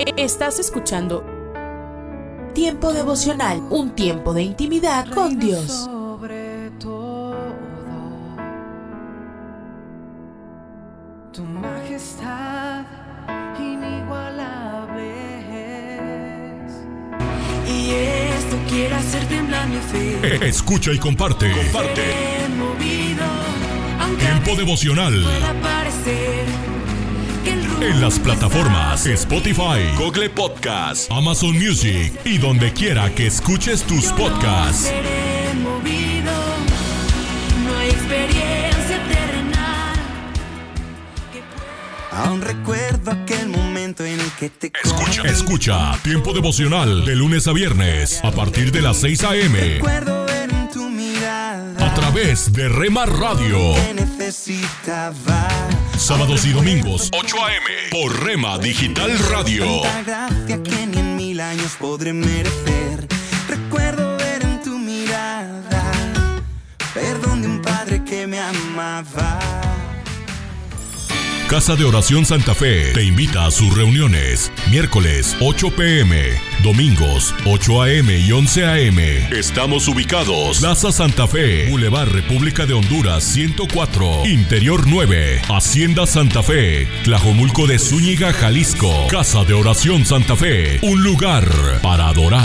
Estás escuchando Tiempo Devocional, un tiempo de intimidad con Dios. Sobre todo, tu majestad inigualable es. Y esto quiere hacer temblar mi fe. Escucha y comparte. Movido, aunque Tiempo Devocional. pueda parecer que el rumbo En las plataformas es Spotify, Google Podcast, Amazon Music y donde quiera que escuches tus podcasts. seré movido, no hay experiencia terrenal que pueda. Aún recuerdo aquel momento en el que te Escucha Tiempo Devocional de lunes a viernes a partir de las 6 a.m. Recuerdo ver en tu mirada a través de Rema Radio. que necesitaba. Sábados y domingos 8 a.m. por Rema Digital Radio. Tanta gracia que ni en 1000 años podré merecer. Recuerdo ver en tu mirada perdón de un padre que me amaba. Casa de Oración Santa Fe te invita a sus reuniones. Miércoles 8 p.m. Domingos 8 a.m. y 11 a.m. Estamos ubicados. Plaza Santa Fe, Boulevard República de Honduras 104, Interior 9, Hacienda Santa Fe, Tlajomulco de Zúñiga, Jalisco. Casa de Oración Santa Fe, un lugar para adorar.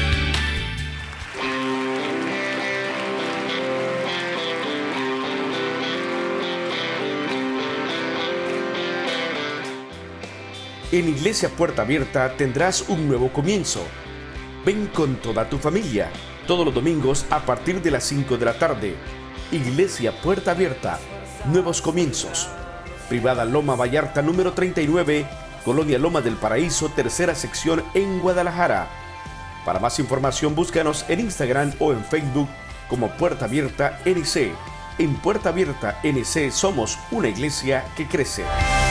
En Iglesia Puerta Abierta tendrás un nuevo comienzo. Ven con toda tu familia, todos los domingos a partir de las 5 de la tarde. Iglesia Puerta Abierta, nuevos comienzos. Privada Loma Vallarta número 39, Colonia Loma del Paraíso, tercera sección en Guadalajara. Para más información búscanos en Instagram o en Facebook como Puerta Abierta NC. En Puerta Abierta NC somos una iglesia que crece.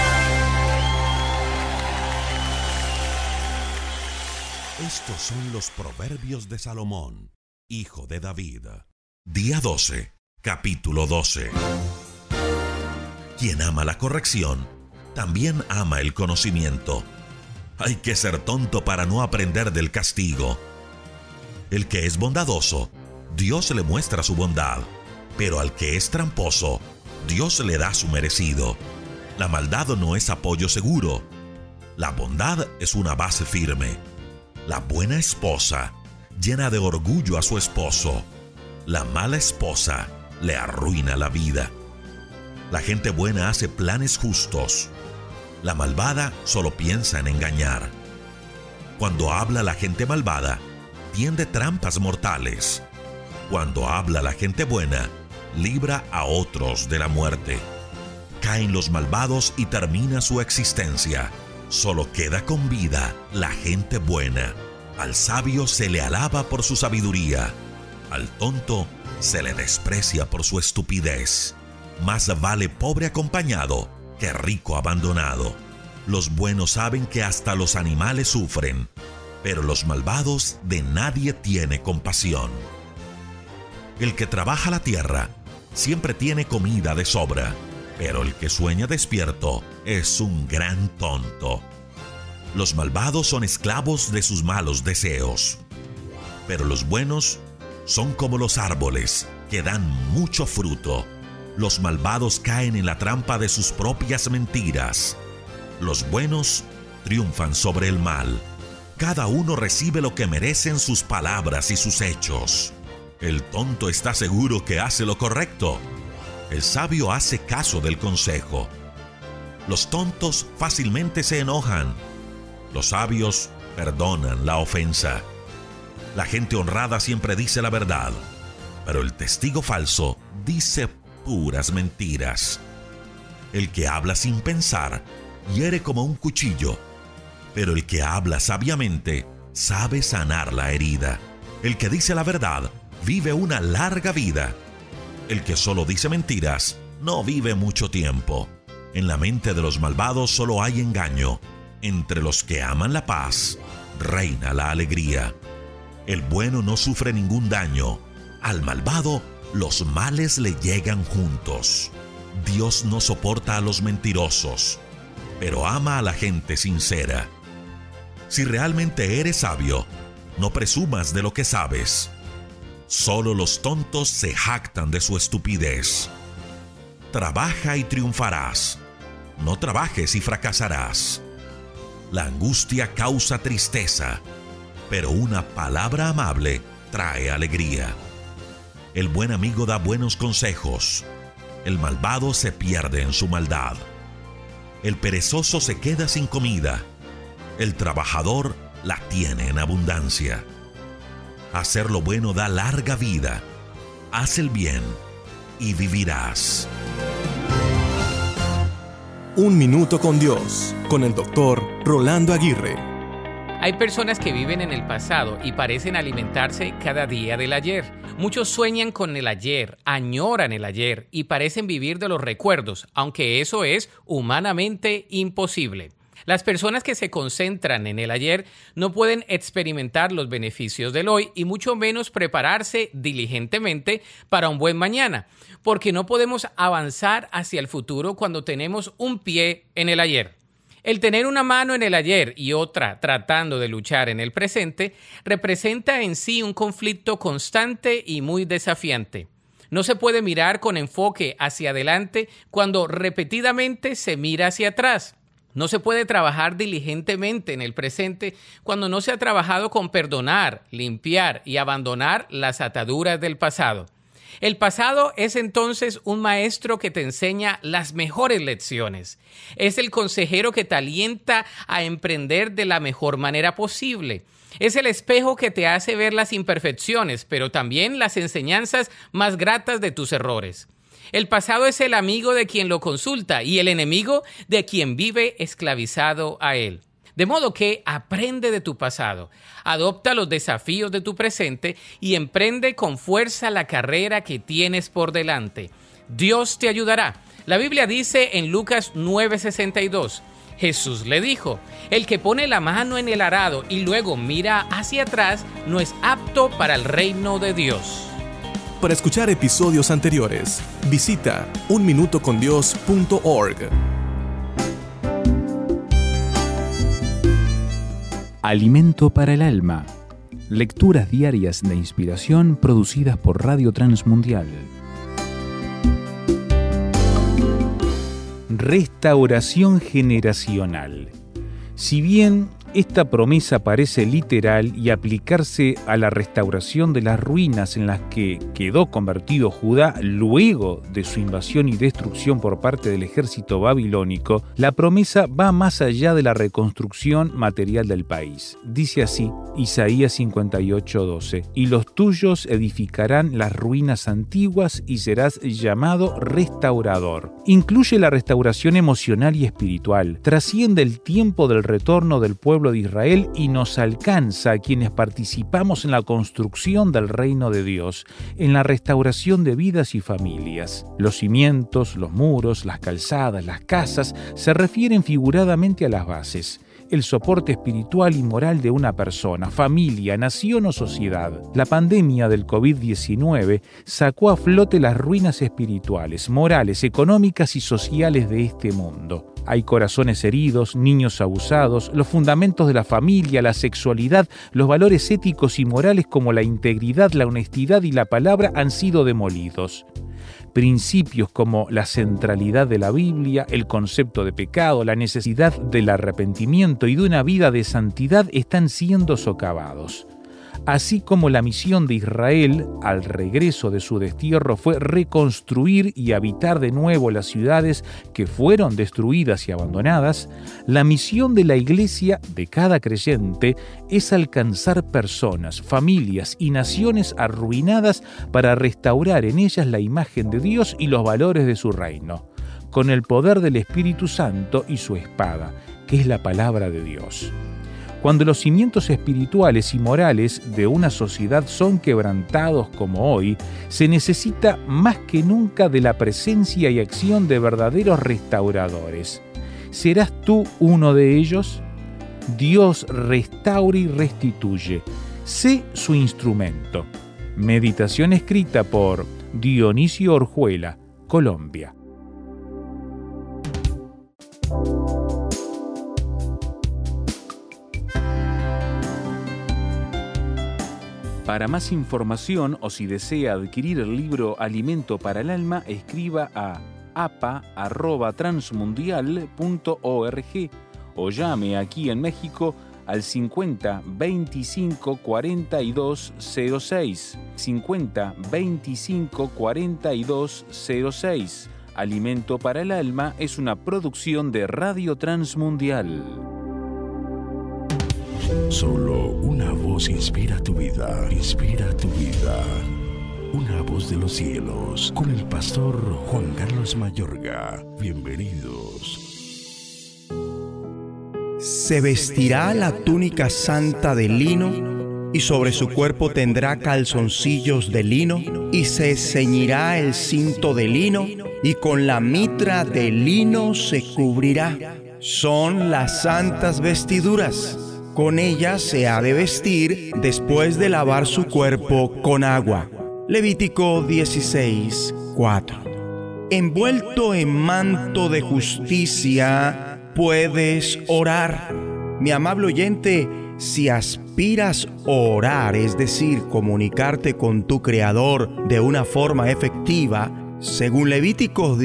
Estos son los proverbios de Salomón, hijo de David. Día 12, capítulo 12. Quien ama la corrección, también ama el conocimiento. Hay que ser tonto para no aprender del castigo. El que es bondadoso, Dios le muestra su bondad, pero al que es tramposo, Dios le da su merecido. La maldad no es apoyo seguro. La bondad es una base firme. La buena esposa llena de orgullo a su esposo. La mala esposa le arruina la vida. La gente buena hace planes justos. La malvada solo piensa en engañar. Cuando habla la gente malvada, tiende trampas mortales. Cuando habla la gente buena, libra a otros de la muerte. Caen los malvados y termina su existencia. Solo queda con vida la gente buena. Al sabio se le alaba por su sabiduría. Al tonto se le desprecia por su estupidez. Más vale pobre acompañado que rico abandonado. Los buenos saben que hasta los animales sufren, pero los malvados de nadie tiene compasión. El que trabaja la tierra siempre tiene comida de sobra, pero el que sueña despierto es un gran tonto. Los malvados son esclavos de sus malos deseos, pero los buenos son como los árboles que dan mucho fruto. Los malvados caen en la trampa de sus propias mentiras. Los buenos triunfan sobre el mal. Cada uno recibe lo que merecen sus palabras y sus hechos. El tonto está seguro que hace lo correcto. El sabio hace caso del consejo. Los tontos fácilmente se enojan. Los sabios perdonan la ofensa. La gente honrada siempre dice la verdad, pero el testigo falso dice puras mentiras. El que habla sin pensar hiere como un cuchillo, pero el que habla sabiamente sabe sanar la herida. El que dice la verdad vive una larga vida. El que solo dice mentiras no vive mucho tiempo. En la mente de los malvados solo hay engaño. Entre los que aman la paz reina la alegría. El bueno no sufre ningún daño. Al malvado los males le llegan juntos. Dios no soporta a los mentirosos, pero ama a la gente sincera. Si realmente eres sabio, no presumas de lo que sabes. Solo los tontos se jactan de su estupidez. Trabaja y triunfarás. No trabajes y fracasarás. La angustia causa tristeza, pero una palabra amable trae alegría. El buen amigo da buenos consejos. El malvado se pierde en su maldad. El perezoso se queda sin comida. El trabajador la tiene en abundancia. Hacer lo bueno da larga vida. Haz el bien y vivirás. Un minuto con Dios, con el doctor Rolando Aguirre. Hay personas que viven en el pasado y parecen alimentarse cada día del ayer. Muchos sueñan con el ayer, añoran el ayer y parecen vivir de los recuerdos, aunque eso es humanamente imposible. Las personas que se concentran en el ayer no pueden experimentar los beneficios del hoy y mucho menos prepararse diligentemente para un buen mañana, porque no podemos avanzar hacia el futuro cuando tenemos un pie en el ayer. El tener una mano en el ayer y otra tratando de luchar en el presente representa en sí un conflicto constante y muy desafiante. No se puede mirar con enfoque hacia adelante cuando repetidamente se mira hacia atrás. No se puede trabajar diligentemente en el presente cuando no se ha trabajado con perdonar, limpiar y abandonar las ataduras del pasado. El pasado es entonces un maestro que te enseña las mejores lecciones. Es el consejero que te alienta a emprender de la mejor manera posible. Es el espejo que te hace ver las imperfecciones, pero también las enseñanzas más gratas de tus errores. El pasado es el amigo de quien lo consulta y el enemigo de quien vive esclavizado a él. De modo que aprende de tu pasado, adopta los desafíos de tu presente y emprende con fuerza la carrera que tienes por delante. Dios te ayudará. La Biblia dice en Lucas 9:62, Jesús le dijo, el que pone la mano en el arado y luego mira hacia atrás no es apto para el reino de Dios. Para escuchar episodios anteriores, visita unminutocondios.org. Alimento para el alma. Lecturas diarias de inspiración producidas por Radio Transmundial. Restauración generacional. Si bien esta promesa parece literal y aplicarse a la restauración de las ruinas en las que quedó convertido Judá luego de su invasión y destrucción por parte del ejército babilónico, la promesa va más allá de la reconstrucción material del país. Dice así Isaías 58:12, y los tuyos edificarán las ruinas antiguas y serás llamado restaurador. Incluye la restauración emocional y espiritual, trasciende el tiempo del retorno del pueblo de Israel y nos alcanza a quienes participamos en la construcción del reino de Dios, en la restauración de vidas y familias. Los cimientos, los muros, las calzadas, las casas se refieren figuradamente a las bases, el soporte espiritual y moral de una persona, familia, nación o sociedad. La pandemia del COVID-19 sacó a flote las ruinas espirituales, morales, económicas y sociales de este mundo. Hay corazones heridos, niños abusados, los fundamentos de la familia, la sexualidad, los valores éticos y morales como la integridad, la honestidad y la palabra han sido demolidos. Principios como la centralidad de la Biblia, el concepto de pecado, la necesidad del arrepentimiento y de una vida de santidad están siendo socavados. Así como la misión de Israel al regreso de su destierro fue reconstruir y habitar de nuevo las ciudades que fueron destruidas y abandonadas, la misión de la Iglesia, de cada creyente, es alcanzar personas, familias y naciones arruinadas para restaurar en ellas la imagen de Dios y los valores de su reino, con el poder del Espíritu Santo y su espada, que es la palabra de Dios. Cuando los cimientos espirituales y morales de una sociedad son quebrantados como hoy, se necesita más que nunca de la presencia y acción de verdaderos restauradores. ¿Serás tú uno de ellos? Dios restaura y restituye. Sé su instrumento. Meditación escrita por Dionisio Orjuela, Colombia. Para más información o si desea adquirir el libro Alimento para el Alma, escriba a apa@transmundial.org o llame aquí en México al 50 25 42 06. 50 25 42 06. Alimento para el Alma es una producción de Radio Transmundial. Solo una voz inspira tu vida, inspira tu vida. Una voz de los cielos, con el pastor Juan Carlos Mayorga. Bienvenidos. Se vestirá la túnica santa de lino, y sobre su cuerpo tendrá calzoncillos de lino, y se ceñirá el cinto de lino, y con la mitra de lino se cubrirá. Son las santas vestiduras. Con ellas se ha de vestir después de lavar su cuerpo con agua. Levítico 16:4. Envuelto en manto de justicia, puedes orar. Mi amable oyente, si aspiras a orar, es decir, comunicarte con tu Creador de una forma efectiva, según Levíticos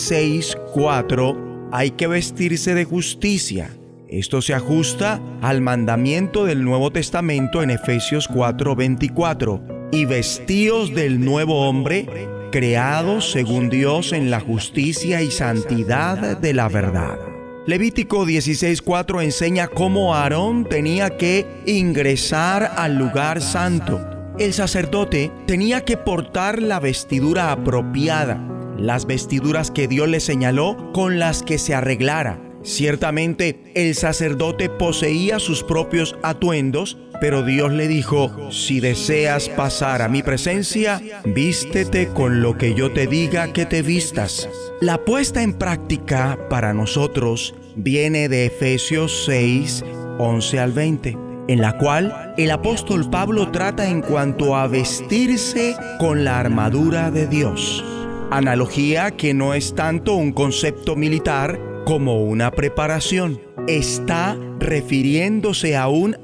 16:4, hay que vestirse de justicia. Esto se ajusta al mandamiento del Nuevo Testamento en Efesios 4:24. Y vestíos del nuevo hombre, creados según Dios en la justicia y santidad de la verdad. Levítico 16:4 enseña cómo Aarón tenía que ingresar al lugar santo. El sacerdote tenía que portar la vestidura apropiada, las vestiduras que Dios le señaló con las que se arreglara. Ciertamente, el sacerdote poseía sus propios atuendos, pero Dios le dijo: si deseas pasar a mi presencia, vístete con lo que yo te diga que te vistas. La puesta en práctica para nosotros viene de Efesios 6:11 al 20, en la cual el apóstol Pablo trata en cuanto a vestirse con la armadura de Dios. Analogía que no es tanto un concepto militar como una preparación. Está refiriéndose a un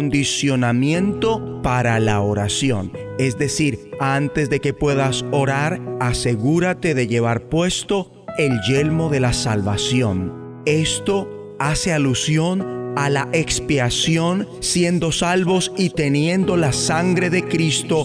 acondicionamiento para la oración. Es decir, antes de que puedas orar, asegúrate de llevar puesto el yelmo de la salvación. Esto hace alusión a la expiación, siendo salvos y teniendo la sangre de Cristo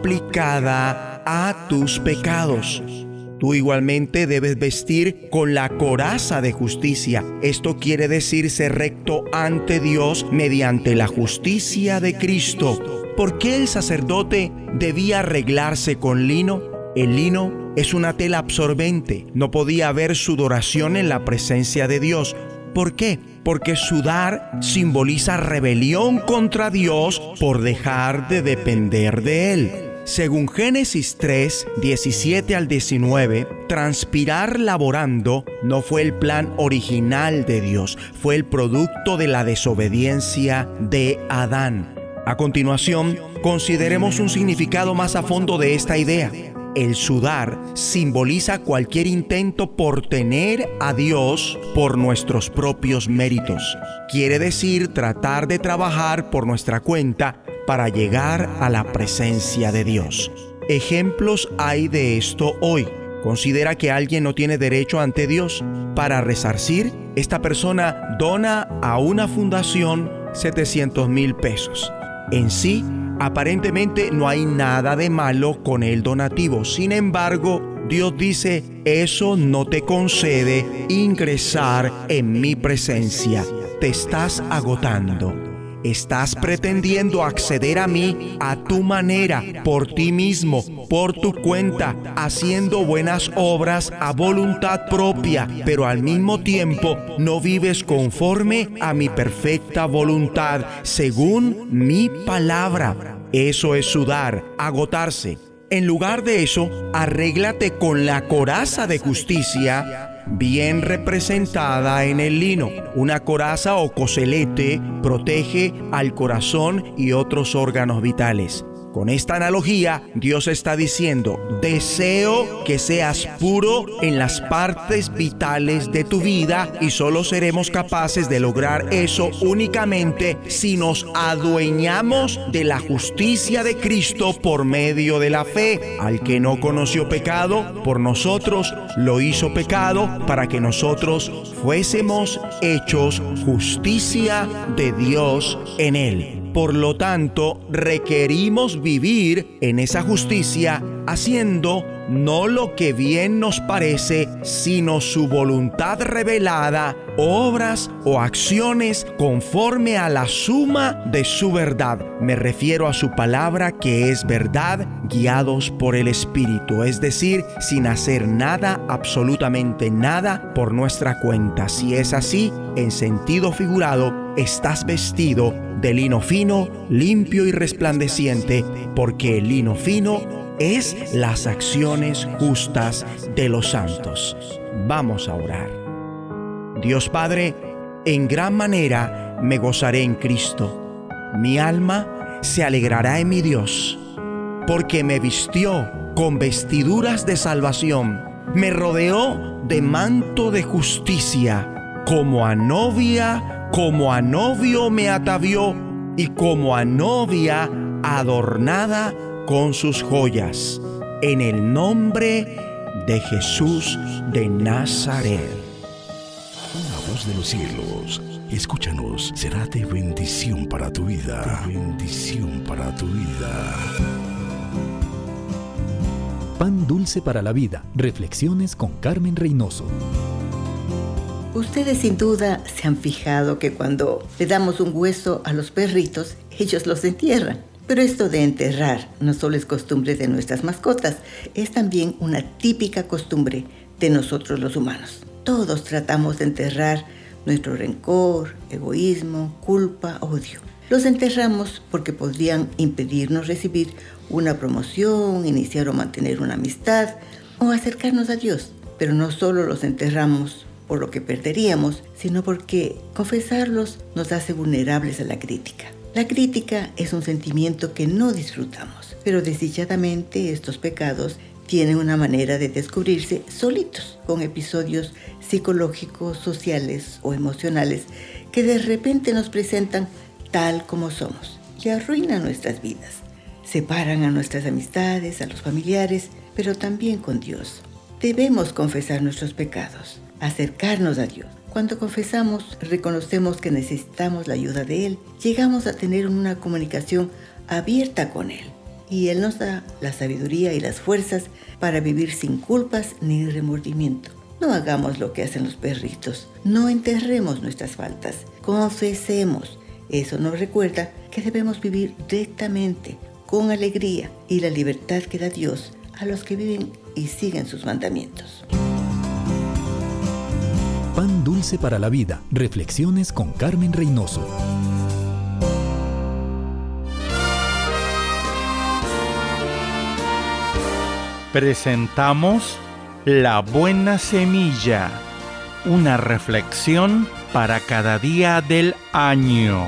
aplicada a tus pecados. Tú igualmente debes vestir con la coraza de justicia. Esto quiere decir ser recto ante Dios mediante la justicia de Cristo. ¿Por qué el sacerdote debía arreglarse con lino? El lino es una tela absorbente. No podía haber sudoración en la presencia de Dios. ¿Por qué? Porque sudar simboliza rebelión contra Dios por dejar de depender de Él. Según Génesis 3, 17 al 19, transpirar laborando no fue el plan original de Dios, fue el producto de la desobediencia de Adán. A continuación, consideremos un significado más a fondo de esta idea. El sudar simboliza cualquier intento por tener a Dios por nuestros propios méritos. Quiere decir tratar de trabajar por nuestra cuenta para llegar a la presencia de Dios. Ejemplos hay de esto hoy. Considera que alguien no tiene derecho ante Dios. Para resarcir, esta persona dona a una fundación 700,000 pesos. En sí, aparentemente no hay nada de malo con el donativo. Sin embargo, Dios dice: eso no te concede ingresar en mi presencia. Te estás agotando. Estás pretendiendo acceder a mí a tu manera, por ti mismo, por tu cuenta, haciendo buenas obras a voluntad propia, pero al mismo tiempo no vives conforme a mi perfecta voluntad, según mi palabra. Eso es sudar, agotarse. En lugar de eso, arréglate con la coraza de justicia, bien representada en el lino. Una coraza o coselete protege al corazón y otros órganos vitales. Con esta analogía, Dios está diciendo, deseo que seas puro en las partes vitales de tu vida y solo seremos capaces de lograr eso únicamente si nos adueñamos de la justicia de Cristo por medio de la fe. Al que no conoció pecado, por nosotros lo hizo pecado para que nosotros fuésemos hechos justicia de Dios en él. Por lo tanto, requerimos vivir en esa justicia haciendo no lo que bien nos parece, sino su voluntad revelada, obras o acciones conforme a la suma de su verdad. Me refiero a su palabra que es verdad, guiados por el Espíritu, es decir, sin hacer nada, absolutamente nada por nuestra cuenta. Si es así, en sentido figurado, estás vestido de lino fino, limpio y resplandeciente, porque el lino fino es las acciones justas de los santos. Vamos a orar. Dios Padre, en gran manera me gozaré en Cristo. Mi alma se alegrará en mi Dios, porque me vistió con vestiduras de salvación, me rodeó de manto de justicia, como a novia, como a novio me atavió, y como a novia adornada con sus joyas, en el nombre de Jesús de Nazaret. Una voz de los cielos, escúchanos, será de bendición para tu vida. De bendición para tu vida. Pan dulce para la vida. Reflexiones con Carmen Reynoso. Ustedes sin duda se han fijado que cuando le damos un hueso a los perritos, ellos los entierran. Pero esto de enterrar no solo es costumbre de nuestras mascotas, es también una típica costumbre de nosotros los humanos. Todos tratamos de enterrar nuestro rencor, egoísmo, culpa, odio. Los enterramos porque podrían impedirnos recibir una promoción, iniciar o mantener una amistad o acercarnos a Dios. Pero no solo los enterramos por lo que perderíamos, sino porque confesarlos nos hace vulnerables a la crítica. La crítica es un sentimiento que no disfrutamos, pero desdichadamente estos pecados tienen una manera de descubrirse solitos, con episodios psicológicos, sociales o emocionales que de repente nos presentan tal como somos y arruinan nuestras vidas. Separan a nuestras amistades, a los familiares, pero también con Dios. Debemos confesar nuestros pecados, acercarnos a Dios. Cuando confesamos, reconocemos que necesitamos la ayuda de Él. Llegamos a tener una comunicación abierta con Él. Y Él nos da la sabiduría y las fuerzas para vivir sin culpas ni remordimiento. No hagamos lo que hacen los perritos. No enterremos nuestras faltas. Confesemos. Eso nos recuerda que debemos vivir rectamente, con alegría y la libertad que da Dios a los que viven y siguen sus mandamientos. Pan dulce para la vida. Reflexiones con Carmen Reynoso. Presentamos La Buena Semilla, una reflexión para cada día del año.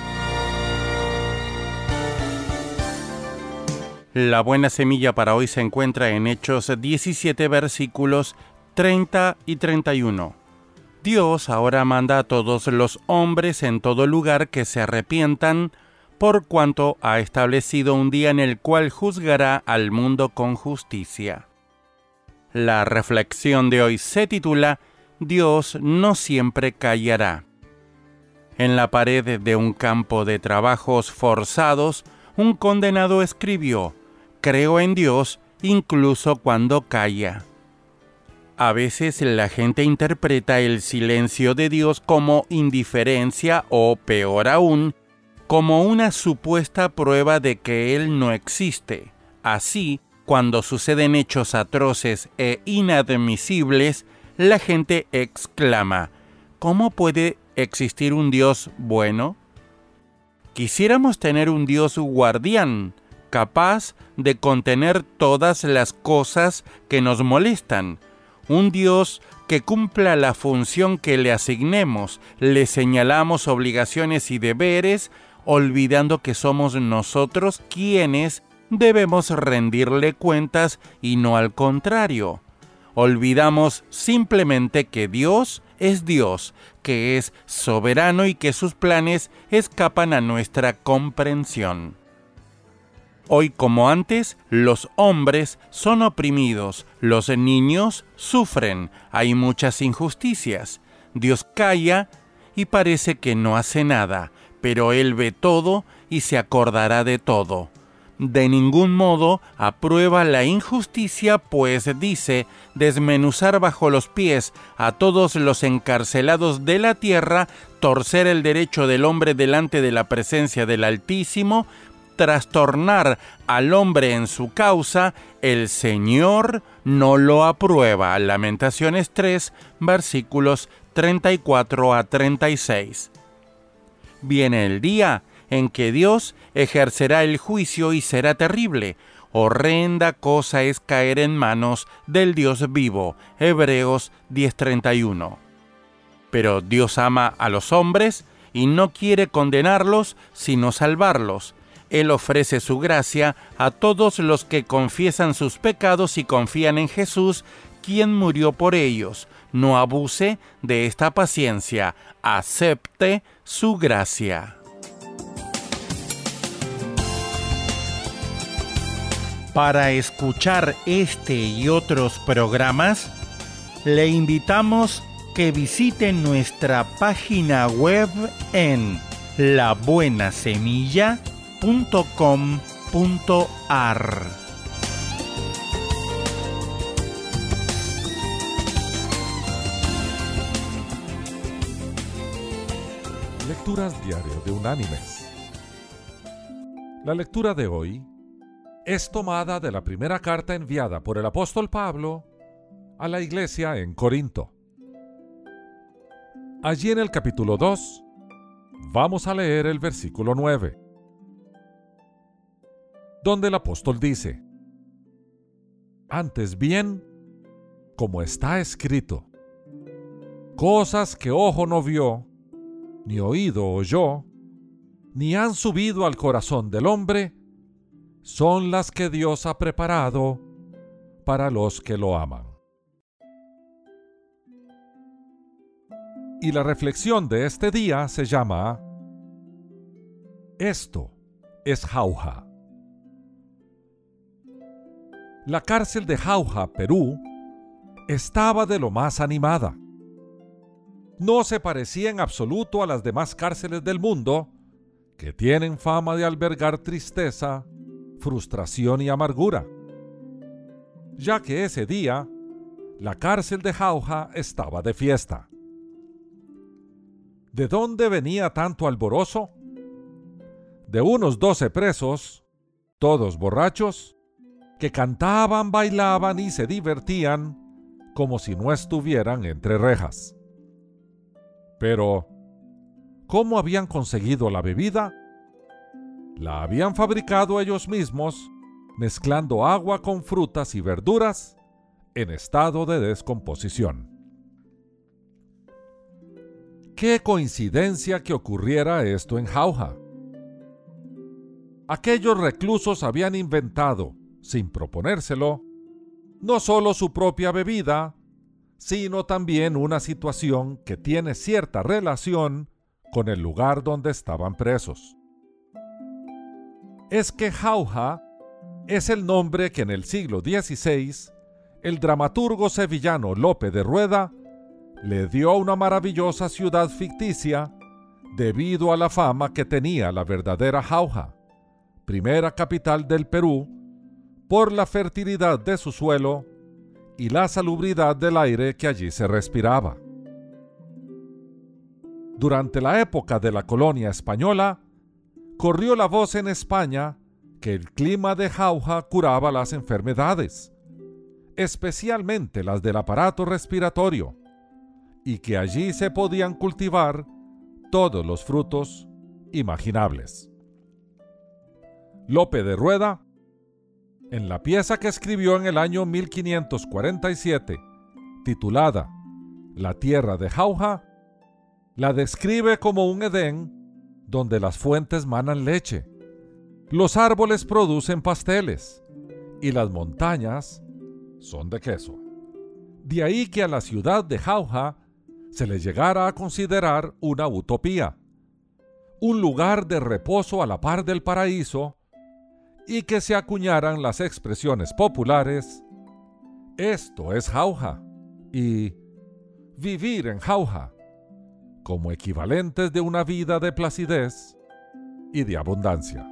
La buena semilla para hoy se encuentra en Hechos 17 versículos 30 y 31. Dios ahora manda a todos los hombres en todo lugar que se arrepientan, por cuanto ha establecido un día en el cual juzgará al mundo con justicia. La reflexión de hoy se titula Dios no siempre callará. En la pared de un campo de trabajos forzados, un condenado escribió: creo en Dios incluso cuando calla. A veces la gente interpreta el silencio de Dios como indiferencia o, peor aún, como una supuesta prueba de que Él no existe. Así, cuando suceden hechos atroces e inadmisibles, la gente exclama: ¿cómo puede existir un Dios bueno? Quisiéramos tener un Dios guardián, capaz de contener todas las cosas que nos molestan. Un Dios que cumpla la función que le asignemos. Le señalamos obligaciones y deberes, olvidando que somos nosotros quienes debemos rendirle cuentas y no al contrario. Olvidamos simplemente que Dios es Dios, que es soberano y que sus planes escapan a nuestra comprensión. Hoy como antes, los hombres son oprimidos, los niños sufren, hay muchas injusticias. Dios calla y parece que no hace nada, pero Él ve todo y se acordará de todo. De ningún modo aprueba la injusticia, pues dice desmenuzar bajo los pies a todos los encarcelados de la tierra, torcer el derecho del hombre delante de la presencia del Altísimo, trastornar al hombre en su causa, el Señor no lo aprueba. Lamentaciones 3, versículos 34 a 36. Viene el día en que Dios ejercerá el juicio y será terrible. Horrenda cosa es caer en manos del Dios vivo. Hebreos 10:31. Pero Dios ama a los hombres y no quiere condenarlos, sino salvarlos. Él ofrece su gracia a todos los que confiesan sus pecados y confían en Jesús, quien murió por ellos. No abuse de esta paciencia, acepte su gracia. Para escuchar este y otros programas, le invitamos que visite nuestra página web en labuenasemilla.com.ar. Lecturas Diario de Unánimes. La lectura de hoy es tomada de la primera carta enviada por el apóstol Pablo a la iglesia en Corinto. Allí en el capítulo 2 vamos a leer el versículo 9, donde el apóstol dice: Antes bien, como está escrito, cosas que ojo no vio, ni oído oyó, ni han subido al corazón del hombre, son las que Dios ha preparado para los que lo aman. Y la reflexión de este día se llama Esto es Jauja. La cárcel de Jauja, Perú, estaba de lo más animada. No se parecía en absoluto a las demás cárceles del mundo, que tienen fama de albergar tristeza, frustración y amargura, ya que ese día la cárcel de Jauja estaba de fiesta. ¿De dónde venía tanto alborozo? De unos 12 presos, todos borrachos, que cantaban, bailaban y se divertían como si no estuvieran entre rejas. Pero, ¿cómo habían conseguido la bebida? La habían fabricado ellos mismos, mezclando agua con frutas y verduras en estado de descomposición. ¡Qué coincidencia que ocurriera esto en Jauja! Aquellos reclusos habían inventado, sin proponérselo, no solo su propia bebida, sino también una situación que tiene cierta relación con el lugar donde estaban presos. Es que Jauja es el nombre que en el siglo XVI el dramaturgo sevillano Lope de Rueda le dio a una maravillosa ciudad ficticia debido a la fama que tenía la verdadera Jauja, primera capital del Perú, por la fertilidad de su suelo y la salubridad del aire que allí se respiraba. Durante la época de la colonia española, corrió la voz en España que el clima de Jauja curaba las enfermedades, especialmente las del aparato respiratorio, y que allí se podían cultivar todos los frutos imaginables. Lope de Rueda, en la pieza que escribió en el año 1547, titulada La tierra de Jauja, la describe como un Edén donde las fuentes manan leche, Los árboles producen pasteles y las montañas son de queso. De ahí que a la ciudad de Jauja se le llegara a considerar una utopía, un lugar de reposo a la par del paraíso, y que se acuñaran las expresiones populares: esto es Jauja y vivir en Jauja, como equivalentes de una vida de placidez y de abundancia.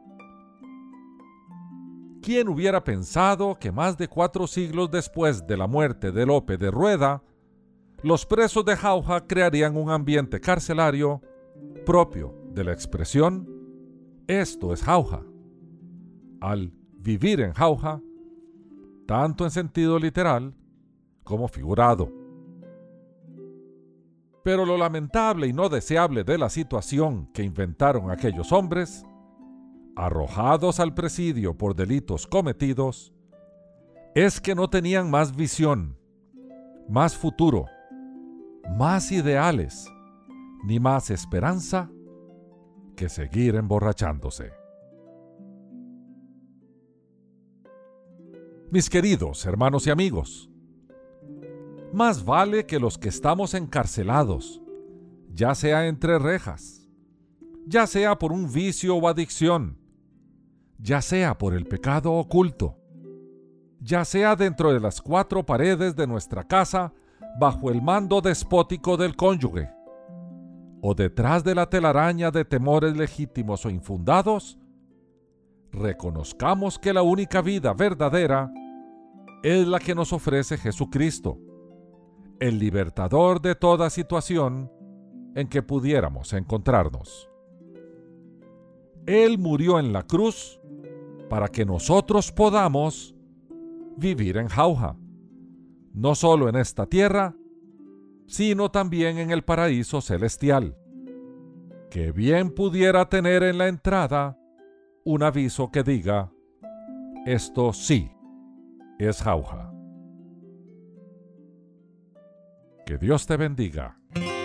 ¿Quién hubiera pensado que más de 4 siglos después de la muerte de Lope de Rueda, los presos de Jauja crearían un ambiente carcelario propio de la expresión esto es Jauja, al vivir en Jauja, tanto en sentido literal como figurado? Pero lo lamentable y no deseable de la situación que inventaron aquellos hombres, arrojados al presidio por delitos cometidos, es que no tenían más visión, más futuro, más ideales, ni más esperanza que seguir emborrachándose. Mis queridos hermanos y amigos, más vale que los que estamos encarcelados, ya sea entre rejas, ya sea por un vicio o adicción, ya sea por el pecado oculto, ya sea dentro de las 4 paredes de nuestra casa bajo el mando despótico del cónyuge, o detrás de la telaraña de temores legítimos o infundados, reconozcamos que la única vida verdadera es la que nos ofrece Jesucristo, el libertador de toda situación en que pudiéramos encontrarnos. Él murió en la cruz para que nosotros podamos vivir en Jauja, no solo en esta tierra, sino también en el paraíso celestial, que bien pudiera tener en la entrada un aviso que diga: esto sí es Jauja. Que Dios te bendiga.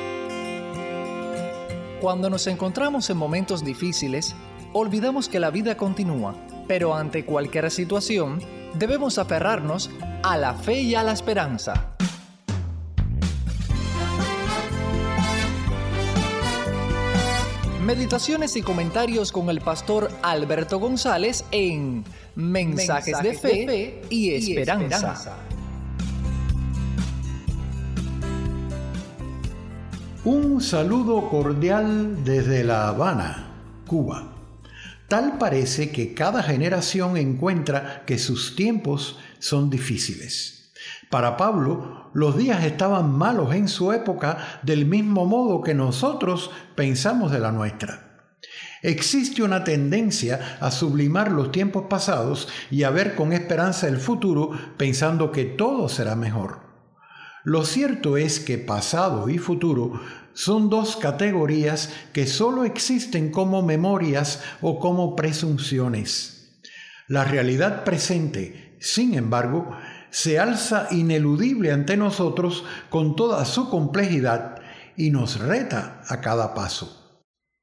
Cuando nos encontramos en momentos difíciles, olvidamos que la vida continúa, pero ante cualquier situación, debemos aferrarnos a la fe y a la esperanza. Meditaciones y comentarios con el pastor Alberto González en Mensajes de Fe y Esperanza. Un saludo cordial desde La Habana, Cuba. Tal parece que cada generación encuentra que sus tiempos son difíciles. Para Pablo, los días estaban malos en su época del mismo modo que nosotros pensamos de la nuestra. Existe una tendencia a sublimar los tiempos pasados y a ver con esperanza el futuro pensando que todo será mejor. Lo cierto es que pasado y futuro son 2 categorías que solo existen como memorias o como presunciones. La realidad presente, sin embargo, se alza ineludible ante nosotros con toda su complejidad y nos reta a cada paso.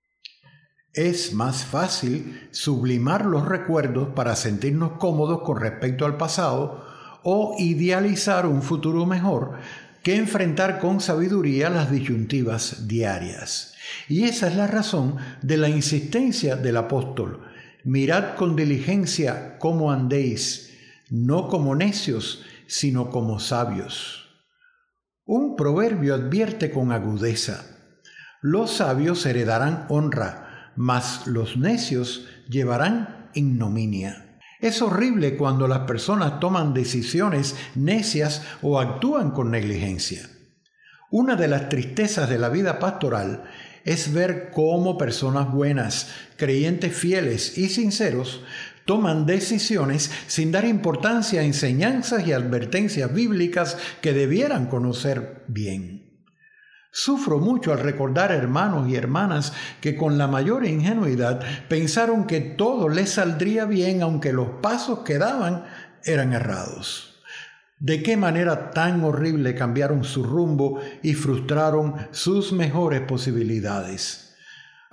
Es más fácil sublimar los recuerdos para sentirnos cómodos con respecto al pasado o idealizar un futuro mejor que enfrentar con sabiduría las disyuntivas diarias. Y esa es la razón de la insistencia del apóstol: mirad con diligencia cómo andéis, no como necios, sino como sabios. Un proverbio advierte con agudeza: los sabios heredarán honra, mas los necios llevarán ignominia. Es horrible cuando las personas toman decisiones necias o actúan con negligencia. Una de las tristezas de la vida pastoral es ver cómo personas buenas, creyentes fieles y sinceros toman decisiones sin dar importancia a enseñanzas y advertencias bíblicas que debieran conocer bien. Sufro mucho al recordar hermanos y hermanas que con la mayor ingenuidad pensaron que todo les saldría bien aunque los pasos que daban eran errados. ¿De qué manera tan horrible cambiaron su rumbo y frustraron sus mejores posibilidades?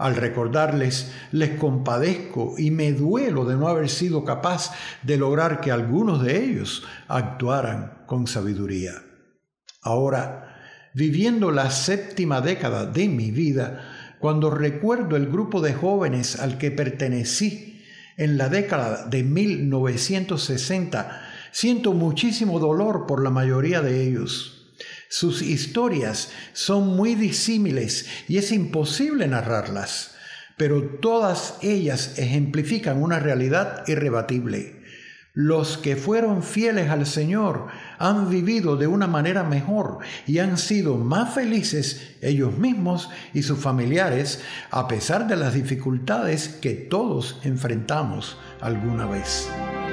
Al recordarles, les compadezco y me duelo de no haber sido capaz de lograr que algunos de ellos actuaran con sabiduría. Ahora, viviendo la 7ª década de mi vida, cuando recuerdo el grupo de jóvenes al que pertenecí en la década de 1960, siento muchísimo dolor por la mayoría de ellos. Sus historias son muy disímiles y es imposible narrarlas, pero todas ellas ejemplifican una realidad irrebatible. Los que fueron fieles al Señor han vivido de una manera mejor y han sido más felices ellos mismos y sus familiares a pesar de las dificultades que todos enfrentamos alguna vez.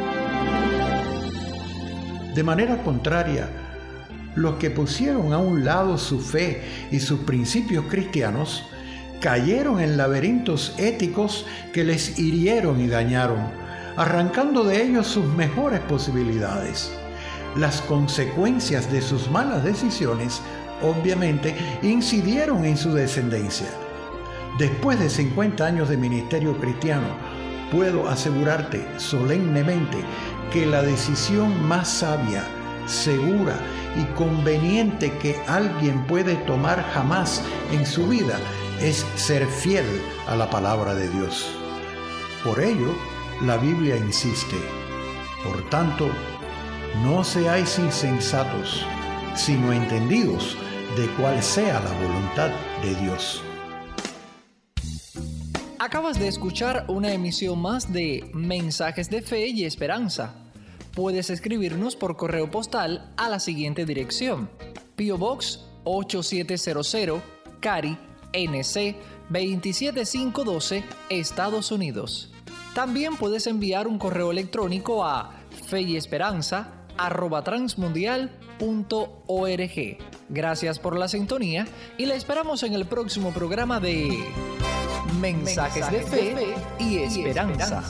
De manera contraria, los que pusieron a un lado su fe y sus principios cristianos cayeron en laberintos éticos que les hirieron y dañaron, arrancando de ellos sus mejores posibilidades. Las consecuencias de sus malas decisiones, obviamente, incidieron en su descendencia. Después de 50 años de ministerio cristiano, puedo asegurarte solemnemente que la decisión más sabia, segura y conveniente que alguien puede tomar jamás en su vida es ser fiel a la palabra de Dios. Por ello, la Biblia insiste: por tanto, no seáis insensatos, sino entendidos de cuál sea la voluntad de Dios. Acabas de escuchar una emisión más de Mensajes de Fe y Esperanza. Puedes escribirnos por correo postal a la siguiente dirección: P.O. Box 8700, Cary, NC 27512, Estados Unidos. También puedes enviar un correo electrónico a feyesperanza@transmundial.org. Gracias por la sintonía y la esperamos en el próximo programa de Mensajes de Fe y Esperanza.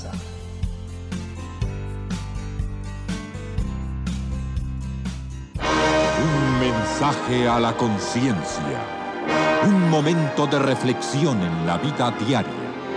Un mensaje a la conciencia. Un momento de reflexión en la vida diaria.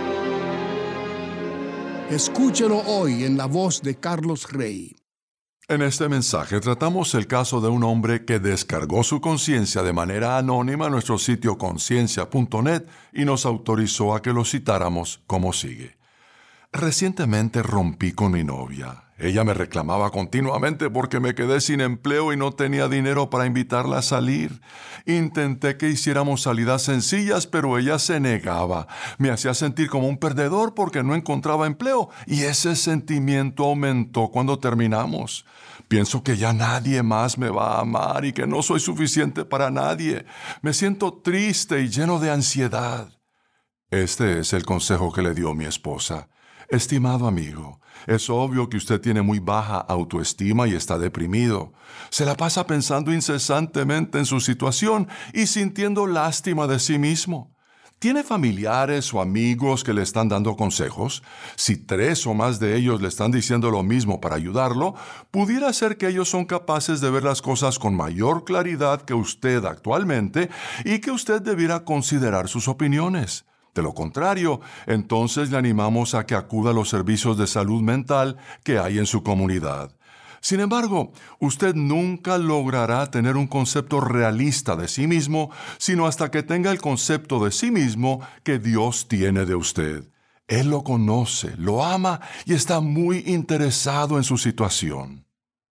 Escúchelo hoy en la voz de Carlos Rey. En este mensaje tratamos el caso de un hombre que descargó su conciencia de manera anónima en nuestro sitio conciencia.net y nos autorizó a que lo citáramos como sigue. Recientemente rompí con mi novia. Ella me reclamaba continuamente porque me quedé sin empleo y no tenía dinero para invitarla a salir. Intenté que hiciéramos salidas sencillas, pero ella se negaba. Me hacía sentir como un perdedor porque no encontraba empleo y ese sentimiento aumentó cuando terminamos. Pienso que ya nadie más me va a amar y que no soy suficiente para nadie. Me siento triste y lleno de ansiedad. Este es el consejo que le dio mi esposa. Estimado amigo, es obvio que usted tiene muy baja autoestima y está deprimido. Se la pasa pensando incesantemente en su situación y sintiendo lástima de sí mismo. ¿Tiene familiares o amigos que le están dando consejos? Si 3 o más de ellos le están diciendo lo mismo para ayudarlo, pudiera ser que ellos son capaces de ver las cosas con mayor claridad que usted actualmente y que usted debiera considerar sus opiniones. De lo contrario, entonces le animamos a que acuda a los servicios de salud mental que hay en su comunidad. Sin embargo, usted nunca logrará tener un concepto realista de sí mismo, sino hasta que tenga el concepto de sí mismo que Dios tiene de usted. Él lo conoce, lo ama y está muy interesado en su situación.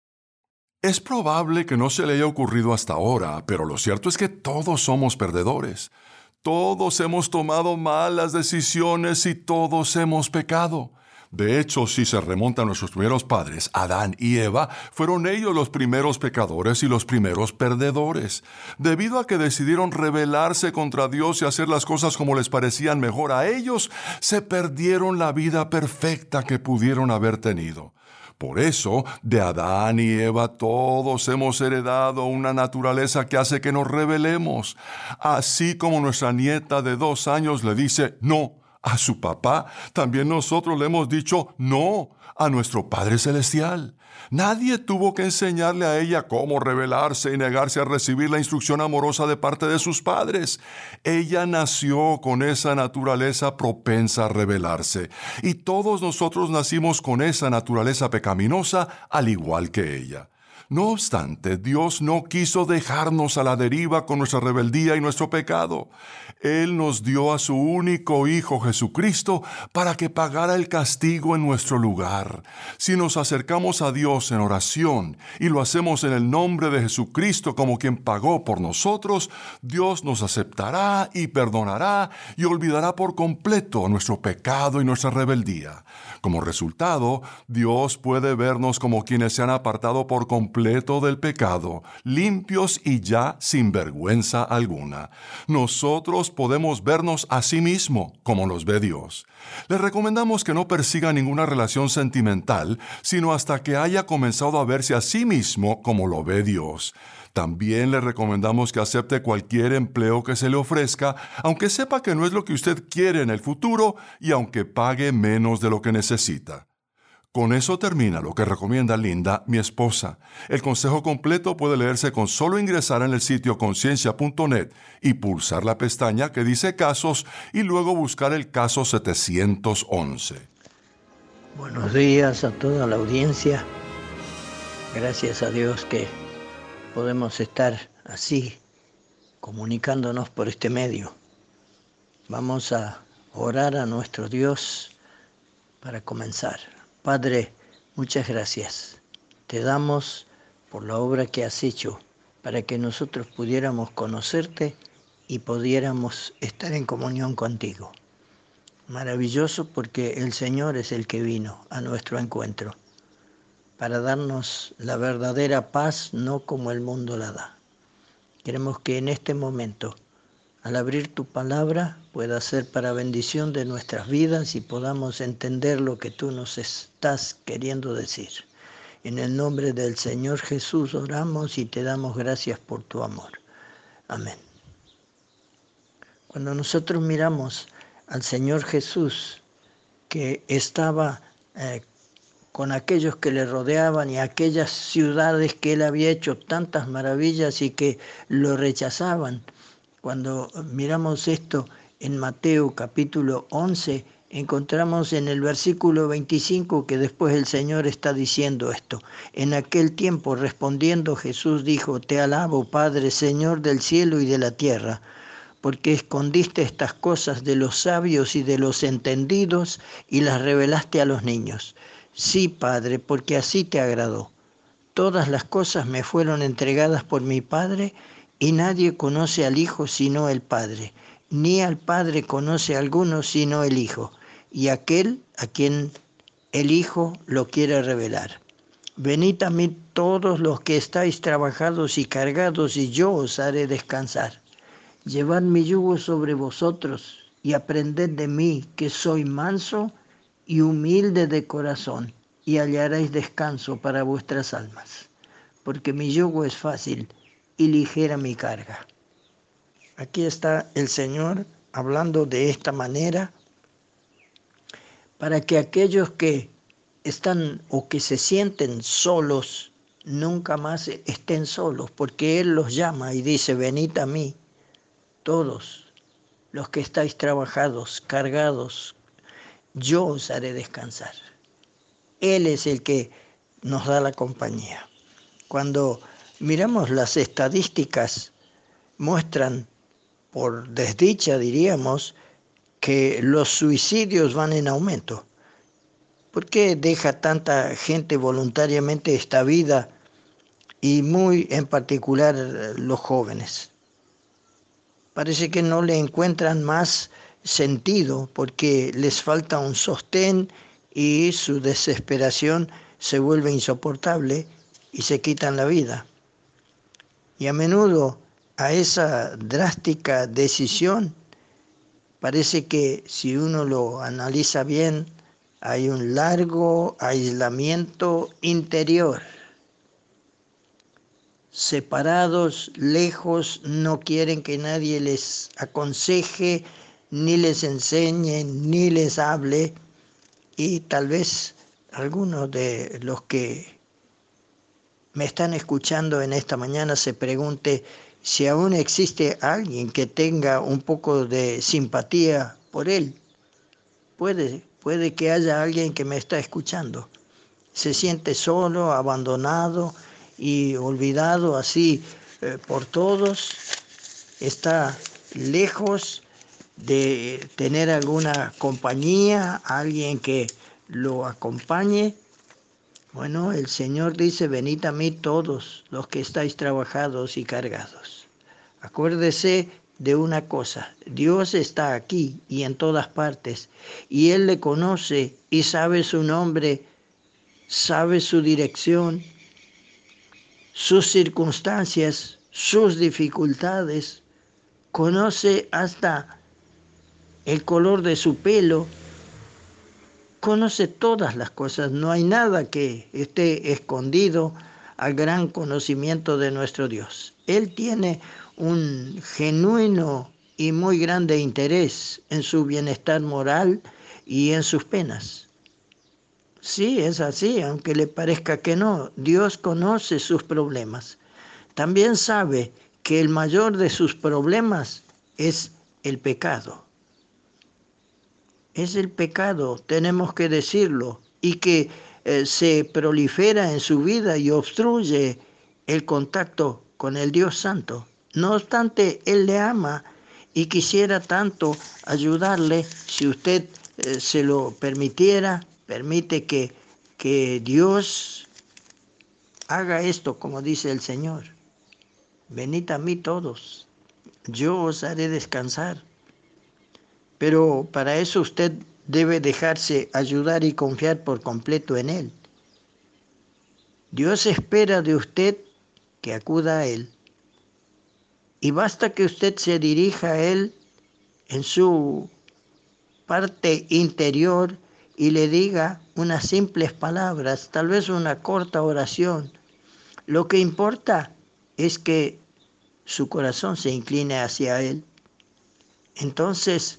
Es probable que no se le haya ocurrido hasta ahora, pero lo cierto es que todos somos perdedores. Todos hemos tomado malas decisiones y todos hemos pecado. De hecho, si se remontan a nuestros primeros padres, Adán y Eva, fueron ellos los primeros pecadores y los primeros perdedores. Debido a que decidieron rebelarse contra Dios y hacer las cosas como les parecían mejor a ellos, se perdieron la vida perfecta que pudieron haber tenido. Por eso, de Adán y Eva todos hemos heredado una naturaleza que hace que nos rebelemos. Así como nuestra nieta de 2 años le dice no a su papá, también nosotros le hemos dicho no a nuestro Padre Celestial. Nadie tuvo que enseñarle a ella cómo rebelarse y negarse a recibir la instrucción amorosa de parte de sus padres. Ella nació con esa naturaleza propensa a rebelarse, y todos nosotros nacimos con esa naturaleza pecaminosa al igual que ella. No obstante, Dios no quiso dejarnos a la deriva con nuestra rebeldía y nuestro pecado. Él nos dio a su único Hijo Jesucristo para que pagara el castigo en nuestro lugar. Si nos acercamos a Dios en oración y lo hacemos en el nombre de Jesucristo como quien pagó por nosotros, Dios nos aceptará y perdonará y olvidará por completo nuestro pecado y nuestra rebeldía. Como resultado, Dios puede vernos como quienes se han apartado por completo del pecado, limpios y ya sin vergüenza alguna. Nosotros podemos vernos a sí mismo como nos ve Dios. Le recomendamos que no persiga ninguna relación sentimental, sino hasta que haya comenzado a verse a sí mismo como lo ve Dios. También le recomendamos que acepte cualquier empleo que se le ofrezca, aunque sepa que no es lo que usted quiere en el futuro y aunque pague menos de lo que necesita. Con eso termina lo que recomienda Linda, mi esposa. El consejo completo puede leerse con solo ingresar en el sitio conciencia.net y pulsar la pestaña que dice casos y luego buscar el caso 711. Buenos días a toda la audiencia. Gracias a Dios que podemos estar así, comunicándonos por este medio. Vamos a orar a nuestro Dios para comenzar. Padre, muchas gracias. Te damos por la obra que has hecho para que nosotros pudiéramos conocerte y pudiéramos estar en comunión contigo. Maravilloso porque el Señor es el que vino a nuestro encuentro para darnos la verdadera paz, no como el mundo la da. Queremos que en este momento, al abrir tu palabra, pueda ser para bendición de nuestras vidas y podamos entender lo que tú nos estás queriendo decir. En el nombre del Señor Jesús oramos y te damos gracias por tu amor. Amén. Cuando nosotros miramos al Señor Jesús, que estaba con aquellos que le rodeaban y aquellas ciudades que él había hecho tantas maravillas y que lo rechazaban, cuando miramos esto en Mateo capítulo 11, encontramos en el versículo 25 que después el Señor está diciendo esto. En aquel tiempo respondiendo Jesús dijo: Te alabo, Padre, Señor del cielo y de la tierra, porque escondiste estas cosas de los sabios y de los entendidos y las revelaste a los niños. Sí, Padre, porque así te agradó. Todas las cosas me fueron entregadas por mi Padre, y nadie conoce al Hijo sino el Padre, ni al Padre conoce a alguno sino el Hijo, y aquel a quien el Hijo lo quiere revelar. Venid a mí todos los que estáis trabajados y cargados, y yo os haré descansar. Llevad mi yugo sobre vosotros, y aprended de mí, que soy manso y humilde de corazón, y hallaréis descanso para vuestras almas. Porque mi yugo es fácil y ligera mi carga. Aquí está el Señor hablando de esta manera para que aquellos que están o que se sienten solos nunca más estén solos, porque Él los llama y dice: venid a mí todos los que estáis trabajados, cargados, yo os haré descansar. Él es el que nos da la compañía. Cuando miramos las estadísticas, muestran, por desdicha diríamos, que los suicidios van en aumento. ¿Por qué deja tanta gente voluntariamente esta vida y muy en particular los jóvenes? Parece que no le encuentran más sentido porque les falta un sostén y su desesperación se vuelve insoportable y se quitan la vida. Y a menudo a esa drástica decisión parece que si uno lo analiza bien, hay un largo aislamiento interior. Separados, lejos, no quieren que nadie les aconseje, ni les enseñe, ni les hable. Y tal vez algunos de los que me están escuchando en esta mañana se pregunte si aún existe alguien que tenga un poco de simpatía por él. Puede que haya alguien que me está escuchando. Se siente solo, abandonado y olvidado así por todos. Está lejos de tener alguna compañía, alguien que lo acompañe. Bueno, el Señor dice, venid a mí todos los que estáis trabajados y cargados. Acuérdese de una cosa, Dios está aquí y en todas partes, y Él le conoce y sabe su nombre, sabe su dirección, sus circunstancias, sus dificultades, conoce hasta el color de su pelo, conoce todas las cosas, no hay nada que esté escondido al gran conocimiento de nuestro Dios. Él tiene un genuino y muy grande interés en su bienestar moral y en sus penas. Sí, es así, aunque le parezca que no. Dios conoce sus problemas. También sabe que el mayor de sus problemas es el pecado. Es el pecado, tenemos que decirlo, y que se prolifera en su vida y obstruye el contacto con el Dios Santo. No obstante, Él le ama y quisiera tanto ayudarle. Si usted se lo permitiera, permite que Dios haga esto, como dice el Señor. Venid a mí todos, yo os haré descansar. Pero para eso usted debe dejarse ayudar y confiar por completo en Él. Dios espera de usted que acuda a Él. Y basta que usted se dirija a Él en su parte interior y le diga unas simples palabras, tal vez una corta oración. Lo que importa es que su corazón se incline hacia Él. Entonces,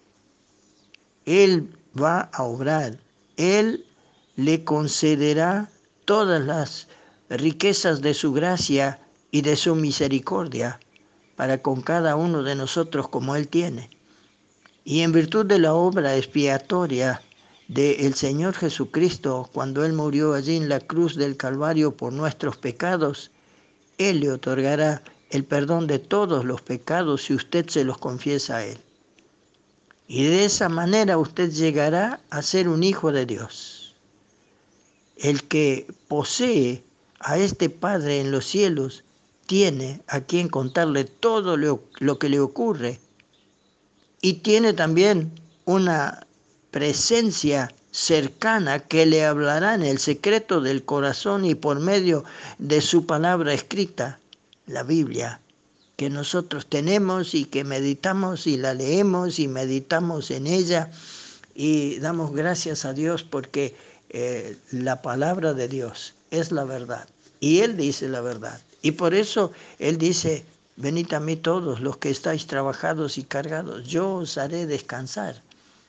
Él va a obrar. Él le concederá todas las riquezas de su gracia y de su misericordia para con cada uno de nosotros como Él tiene. Y en virtud de la obra expiatoria del Señor Jesucristo, cuando Él murió allí en la cruz del Calvario por nuestros pecados, Él le otorgará el perdón de todos los pecados si usted se los confiesa a Él. Y de esa manera usted llegará a ser un hijo de Dios. El que posee a este Padre en los cielos tiene a quien contarle todo lo que le ocurre. Y tiene también una presencia cercana que le hablará en el secreto del corazón y por medio de su palabra escrita, la Biblia, que nosotros tenemos y que meditamos y la leemos y meditamos en ella y damos gracias a Dios porque la palabra de Dios es la verdad y Él dice la verdad. Y por eso Él dice, venid a mí todos los que estáis trabajados y cargados, yo os haré descansar.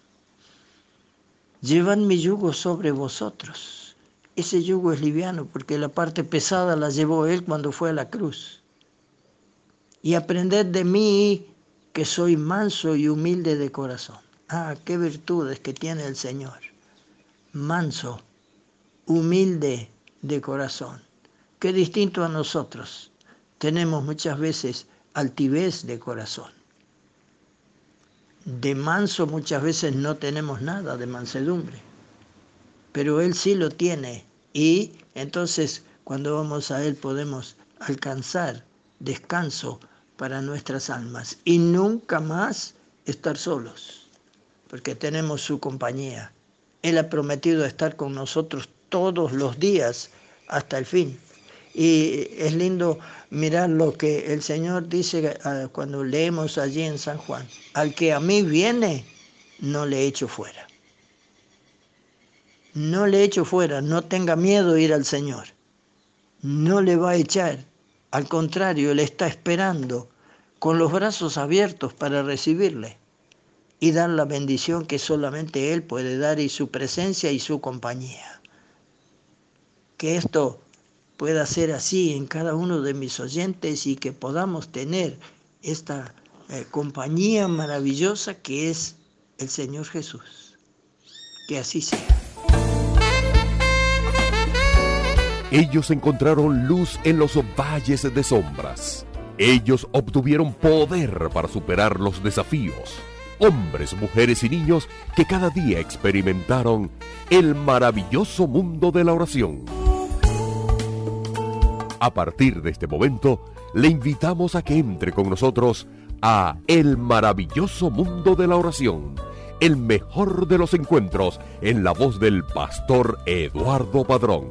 Llevad mi yugo sobre vosotros. Ese yugo es liviano porque la parte pesada la llevó Él cuando fue a la cruz. Y aprended de mí que soy manso y humilde de corazón. Ah, qué virtudes que tiene el Señor. Manso, humilde de corazón. Qué distinto a nosotros. Tenemos muchas veces altivez de corazón. De manso muchas veces no tenemos nada de mansedumbre. Pero Él sí lo tiene. Y entonces cuando vamos a Él podemos alcanzar descanso para nuestras almas y nunca más estar solos, porque tenemos su compañía. Él ha prometido estar con nosotros todos los días hasta el fin. Y es lindo mirar lo que el Señor dice cuando leemos allí en San Juan. Al que a mí viene, no le echo fuera. No le echo fuera, no tenga miedo ir al Señor. No le va a echar. Al contrario, Él está esperando con los brazos abiertos para recibirle. y dar la bendición que solamente Él puede dar, y su presencia y su compañía. Que esto pueda ser así en cada uno de mis oyentes y que podamos tener esta compañía maravillosa que es el Señor Jesús. Que así sea. Ellos encontraron luz en los valles de sombras. Ellos obtuvieron poder para superar los desafíos. Hombres, mujeres y niños que cada día experimentaron el maravilloso mundo de la oración. A partir de este momento, le invitamos a que entre con nosotros a El maravilloso mundo de la oración, el mejor de los encuentros, en la voz del pastor Eduardo Padrón.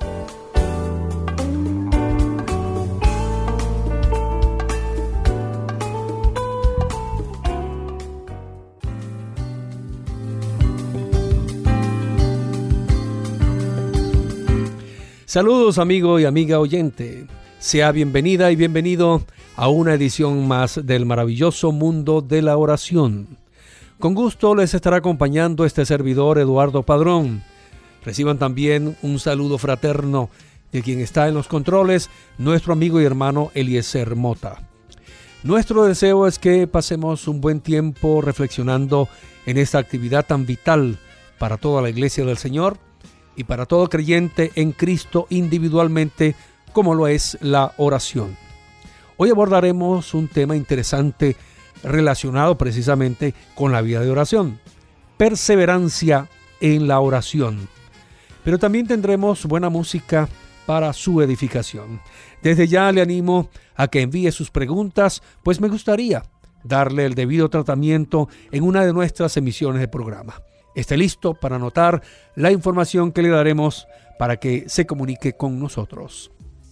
Saludos amigo y amiga oyente, sea bienvenida y bienvenido a una edición más del maravilloso mundo de la oración. Con gusto les estará acompañando este servidor Eduardo Padrón. Reciban también un saludo fraterno de quien está en los controles, nuestro amigo y hermano Eliezer Mota. Nuestro deseo es que pasemos un buen tiempo reflexionando en esta actividad tan vital para toda la Iglesia del Señor y para todo creyente en Cristo individualmente, como lo es la oración. Hoy abordaremos un tema interesante relacionado precisamente con la vida de oración: perseverancia en la oración. Pero también tendremos buena música para su edificación. Desde ya le animo a que envíe sus preguntas, pues me gustaría darle el debido tratamiento en una de nuestras emisiones de programa. Esté listo para anotar la información que le daremos para que se comunique con nosotros.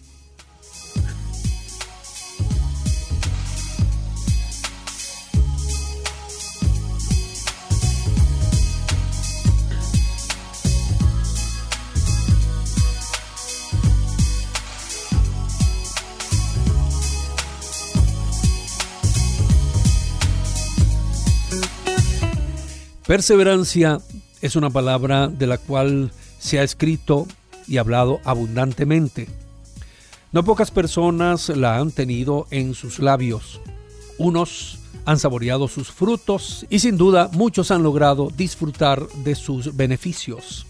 Perseverancia es una palabra de la cual se ha escrito y hablado abundantemente. No pocas personas la han tenido en sus labios. Unos han saboreado sus frutos y sin duda muchos han logrado disfrutar de sus beneficios.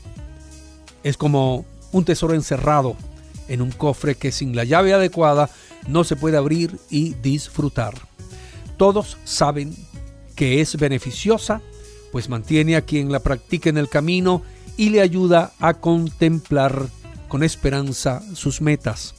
Es como un tesoro encerrado en un cofre que sin la llave adecuada no se puede abrir y disfrutar. Todos saben que es beneficiosa, pues mantiene a quien la practica en el camino y le ayuda a contemplar con esperanza sus metas.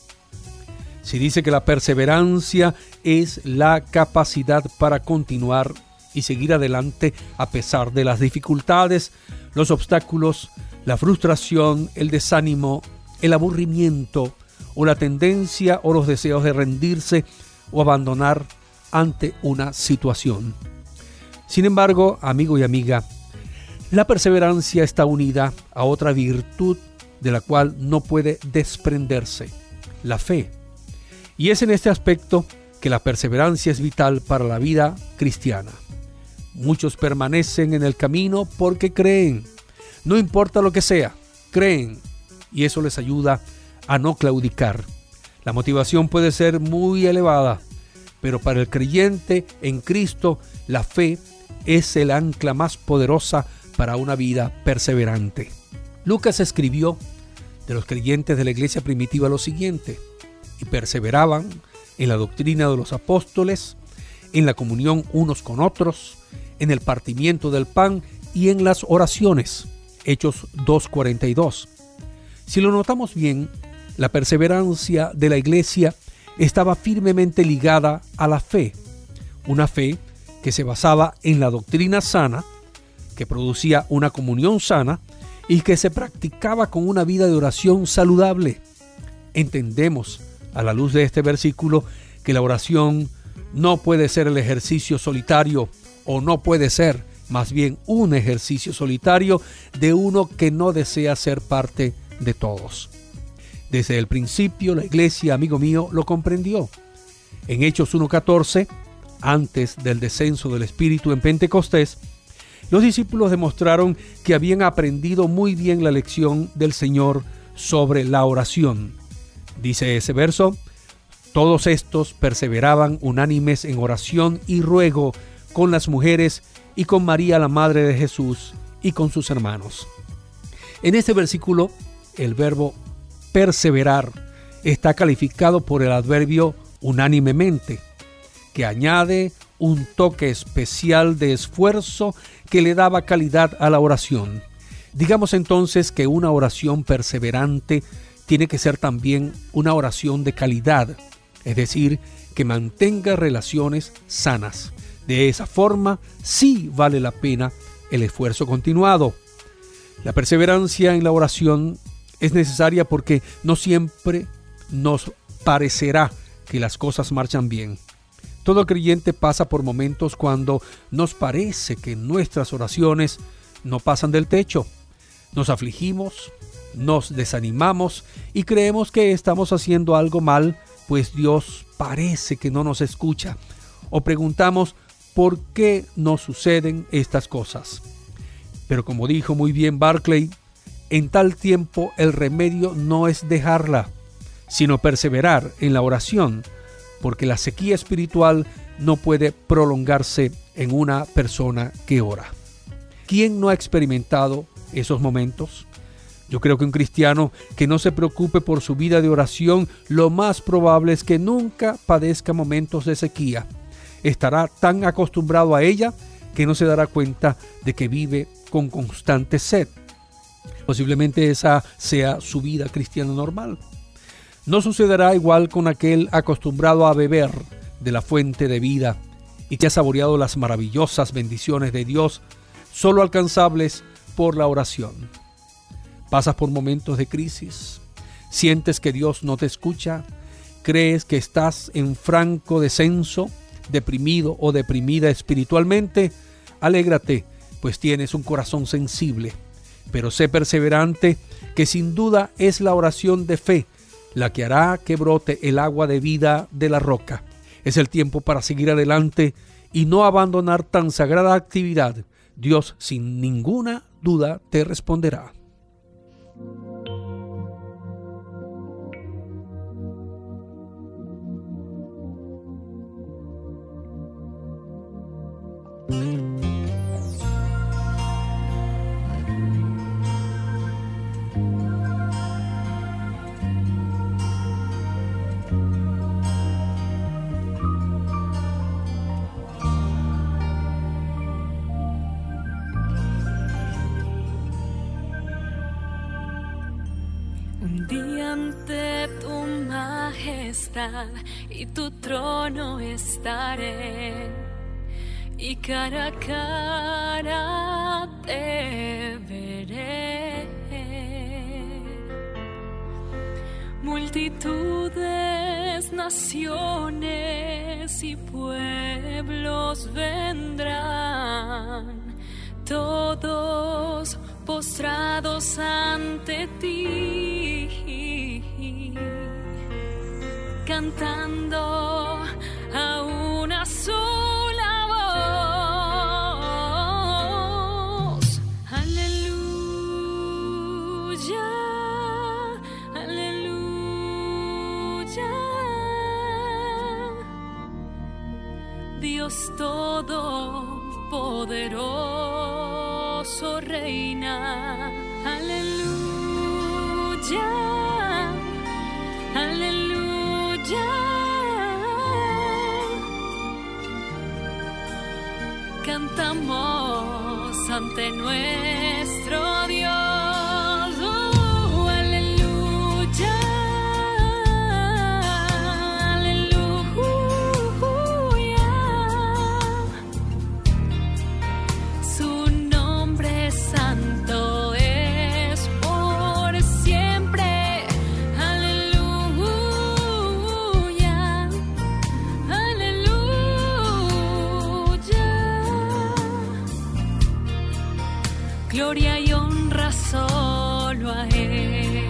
Se dice que la perseverancia es la capacidad para continuar y seguir adelante a pesar de las dificultades, los obstáculos, la frustración, el desánimo, el aburrimiento o la tendencia o los deseos de rendirse o abandonar ante una situación. Sin embargo, amigo y amiga, la perseverancia está unida a otra virtud de la cual no puede desprenderse: la fe. Y es en este aspecto que la perseverancia es vital para la vida cristiana. Muchos permanecen en el camino porque creen. No importa lo que sea, creen. Y eso les ayuda a no claudicar. La motivación puede ser muy elevada, pero para el creyente en Cristo, la fe es el ancla más poderosa para una vida perseverante. Lucas escribió de los creyentes de la iglesia primitiva lo siguiente: y perseveraban en la doctrina de los apóstoles, en la comunión unos con otros, en el partimiento del pan y en las oraciones. Hechos 2:42. Si lo notamos bien, la perseverancia de la iglesia estaba firmemente ligada a la fe, una fe que se basaba en la doctrina sana, que producía una comunión sana y que se practicaba con una vida de oración saludable. Entendemos, a la luz de este versículo, que la oración no puede ser el ejercicio solitario, o no puede ser, más bien, un ejercicio solitario de uno que no desea ser parte de todos. Desde el principio, la iglesia, amigo mío, lo comprendió. En Hechos 1:14, antes del descenso del Espíritu en Pentecostés, Los discípulos demostraron que habían aprendido muy bien la lección del Señor sobre la oración. Dice ese verso: todos estos perseveraban unánimes en oración y ruego con las mujeres y con María, la madre de Jesús, y con sus hermanos. En este versículo, el verbo perseverar está calificado por el adverbio unánimemente, que añade un toque especial de esfuerzo que le daba calidad a la oración. Digamos entonces que una oración perseverante tiene que ser también una oración de calidad, es decir, que mantenga relaciones sanas. De esa forma, sí vale la pena el esfuerzo continuado. La perseverancia en la oración es necesaria porque no siempre nos parecerá que las cosas marchan bien. Todo creyente pasa por momentos cuando nos parece que nuestras oraciones no pasan del techo. Nos afligimos, nos desanimamos y creemos que estamos haciendo algo mal, pues Dios parece que no nos escucha. O preguntamos por qué nos suceden estas cosas. Pero como dijo muy bien Barclay, en tal tiempo el remedio no es dejarla, sino perseverar en la oración, porque la sequía espiritual no puede prolongarse en una persona que ora. ¿Quién no ha experimentado esos momentos? Yo creo que un cristiano que no se preocupe por su vida de oración, lo más probable es que nunca padezca momentos de sequía. Estará tan acostumbrado a ella que no se dará cuenta de que vive con constante sed. Posiblemente esa sea su vida cristiana normal. No sucederá igual con aquel acostumbrado a beber de la fuente de vida y que ha saboreado las maravillosas bendiciones de Dios, solo alcanzables por la oración. Pasas por momentos de crisis, sientes que Dios no te escucha, crees que estás en franco descenso, deprimido o deprimida espiritualmente. Alégrate, pues tienes un corazón sensible, pero sé perseverante, que sin duda es la oración de fe la que hará que brote el agua de vida de la roca. Es el tiempo para seguir adelante y no abandonar tan sagrada actividad. Dios sin ninguna duda te responderá. Un día ante tu majestad y tu trono estaré, y cara a cara te veré. Multitudes, naciones y pueblos vendrán, todos postrados ante ti, cantando a una sola voz. Aleluya, aleluya. Dios todopoderoso reina. Aleluya, aleluya. Cantamos ante nuestro Dios. Aleluya, aleluya. Su nombre santo es por siempre. Aleluya, aleluya. Gloria y honra solo a Él.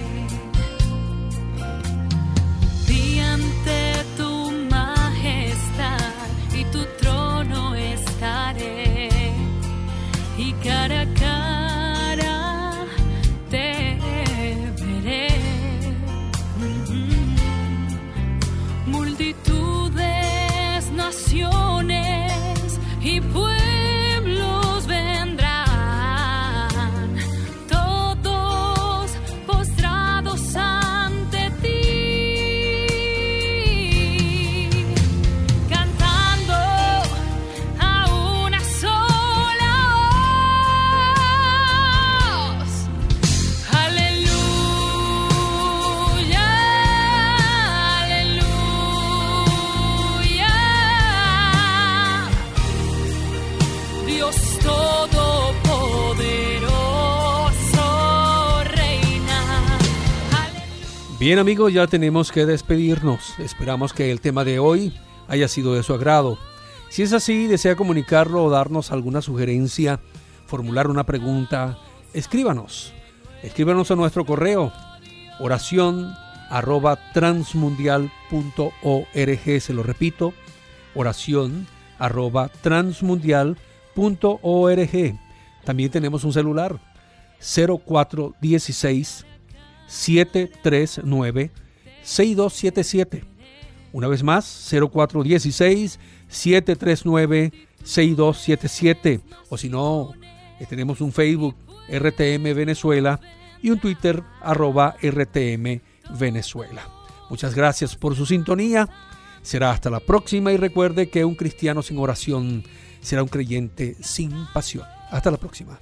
Vi ante tu majestad y tu trono estaré, cara a cara te veré. Multitudes, naciones y pueblos vendrán, todos postrados ante ti, cantando a una sola voz. Aleluya, aleluya. Dios Todopoderoso reina. Bien amigos, ya tenemos que despedirnos. Esperamos que el tema de hoy haya sido de su agrado. Si es así, desea comunicarlo o darnos alguna sugerencia, formular una pregunta, escríbanos. Escríbanos a nuestro correo oración@transmundial.org. Se lo repito, oración@transmundial.org. También tenemos un celular 0416-739-6277. Una vez más, 0416-739-6277. O si no, tenemos un Facebook RTM Venezuela y un Twitter @RTM Venezuela. Muchas gracias por su sintonía. Será hasta la próxima y recuerde que un cristiano sin oración será un creyente sin pasión. Hasta la próxima.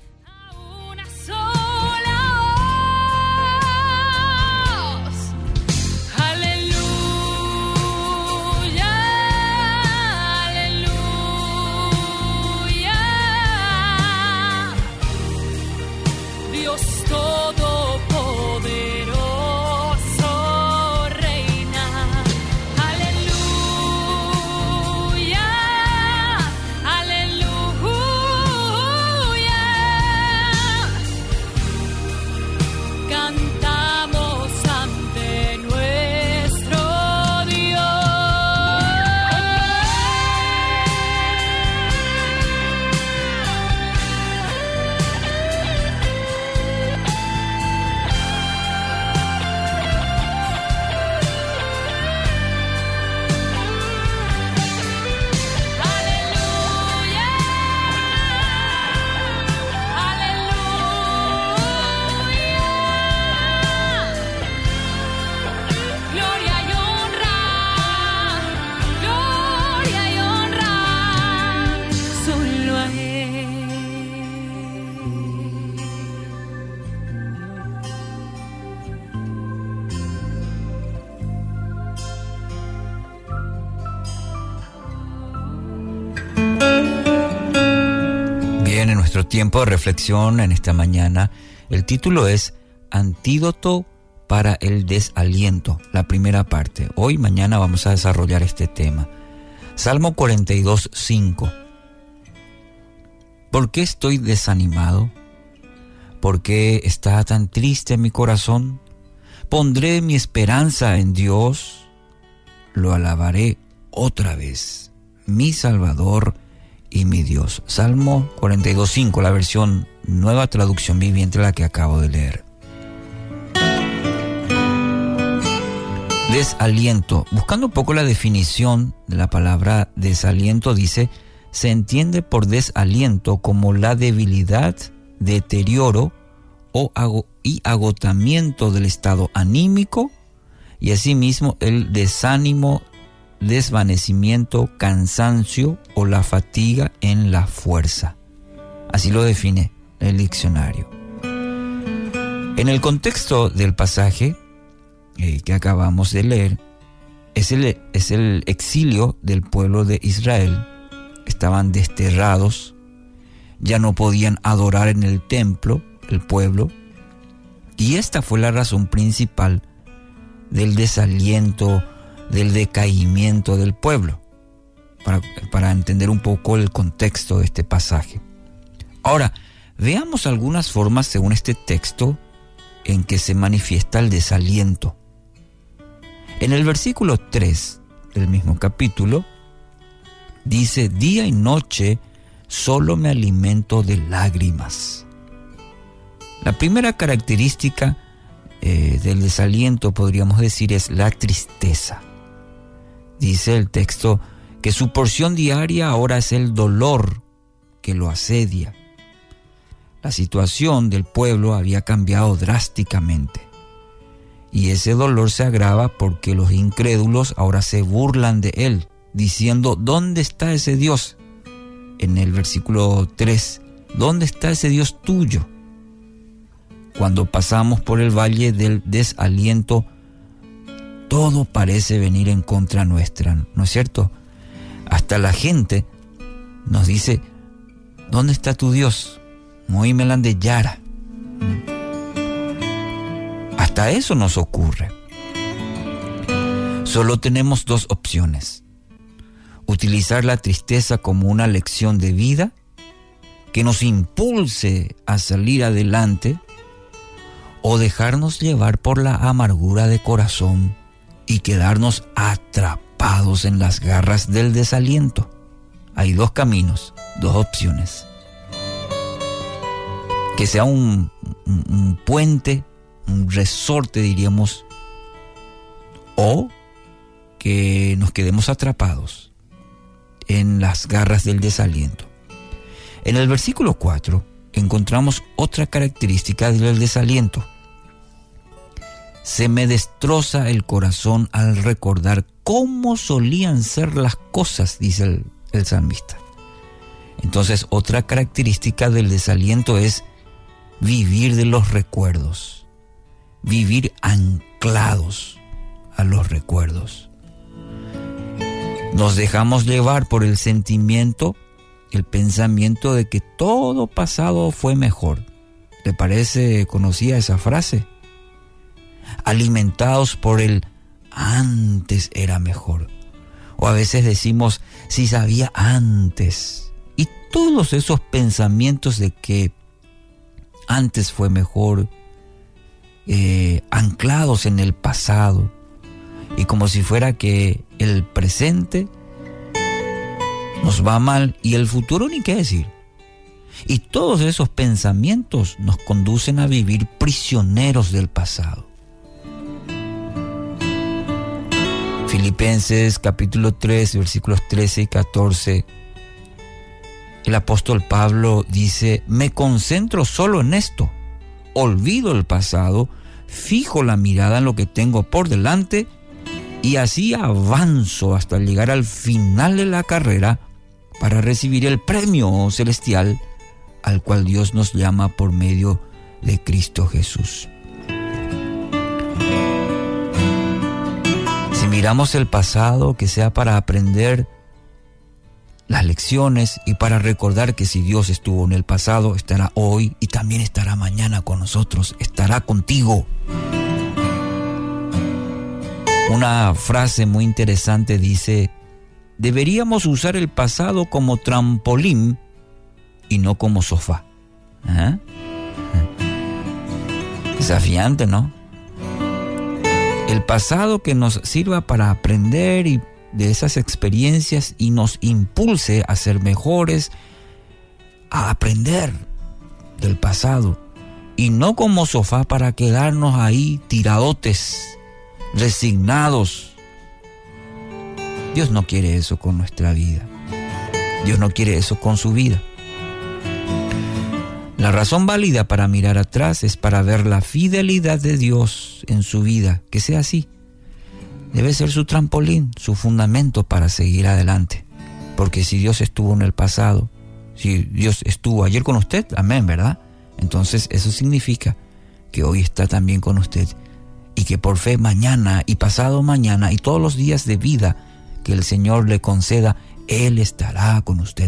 En nuestro tiempo de reflexión en esta mañana, el título es Antídoto para el desaliento, la primera parte. Hoy, mañana vamos a desarrollar este tema. Salmo 42:5. ¿Por qué estoy desanimado? ¿Por qué está tan triste mi corazón? Pondré mi esperanza en Dios, lo alabaré otra vez, mi Salvador y mi Dios. Salmo 42:5, la versión Nueva Traducción Viviente, la que acabo de leer. Desaliento. Buscando un poco la definición de la palabra desaliento, dice, se entiende por desaliento como la debilidad, deterioro y agotamiento del estado anímico y asimismo el desánimo, desvanecimiento, cansancio o la fatiga en la fuerza. Así lo define el diccionario. En el contexto del pasaje que acabamos de leer, es el exilio del pueblo de Israel. Estaban desterrados, ya no podían adorar en el templo, el pueblo, y esta fue la razón principal del desaliento, del decaimiento del pueblo, para entender un poco el contexto de este pasaje. Ahora, veamos algunas formas según este texto en que se manifiesta el desaliento. En el versículo 3 del mismo capítulo dice: día y noche solo me alimento de lágrimas. La primera característica del desaliento, podríamos decir, es la tristeza. Dice el texto que su porción diaria ahora es el dolor que lo asedia. La situación del pueblo había cambiado drásticamente. Y ese dolor se agrava porque los incrédulos ahora se burlan de él, diciendo, ¿dónde está ese Dios? En el versículo 3, ¿dónde está ese Dios tuyo? Cuando pasamos por el valle del desaliento, todo parece venir en contra nuestra, ¿no es cierto? Hasta la gente nos dice, ¿dónde está tu Dios? Muy melan de Yara. Hasta eso nos ocurre. Solo tenemos dos opciones: utilizar la tristeza como una lección de vida que nos impulse a salir adelante, o dejarnos llevar por la amargura de corazón y quedarnos atrapados en las garras del desaliento. Hay dos caminos, dos opciones. Que sea un puente, un resorte, diríamos, o que nos quedemos atrapados en las garras del desaliento. En el versículo 4 encontramos otra característica del desaliento. Se me destroza el corazón al recordar cómo solían ser las cosas, dice el salmista. Entonces, otra característica del desaliento es vivir de los recuerdos, vivir anclados a los recuerdos. Nos dejamos llevar por el sentimiento, el pensamiento de que todo pasado fue mejor. ¿Le parece conocida esa frase? Alimentados por el antes era mejor. O a veces decimos, si sabía antes. Y todos esos pensamientos de que antes fue mejor, anclados en el pasado, y como si fuera que el presente nos va mal y el futuro ni qué decir. Y todos esos pensamientos nos conducen a vivir prisioneros del pasado. Filipenses capítulo 3, versículos 13 y 14. El apóstol Pablo dice, me concentro solo en esto, olvido el pasado, fijo la mirada en lo que tengo por delante y así avanzo hasta llegar al final de la carrera para recibir el premio celestial al cual Dios nos llama por medio de Cristo Jesús. Si miramos el pasado, que sea para aprender las lecciones y para recordar que si Dios estuvo en el pasado, estará hoy y también estará mañana con nosotros, estará contigo. Una frase muy interesante dice, deberíamos usar el pasado como trampolín y no como sofá. ¿Ah? Desafiante, ¿no? El pasado que nos sirva para aprender y de esas experiencias y nos impulse a ser mejores, a aprender del pasado, y no como sofá para quedarnos ahí tiradotes, resignados. Dios no quiere eso con nuestra vida. Dios no quiere eso con su vida. La razón válida para mirar atrás es para ver la fidelidad de Dios en su vida, que sea así. Debe ser su trampolín, su fundamento para seguir adelante. Porque si Dios estuvo en el pasado, si Dios estuvo ayer con usted, amén, ¿verdad? Entonces eso significa que hoy está también con usted. Y que por fe mañana y pasado mañana y todos los días de vida que el Señor le conceda, Él estará con usted.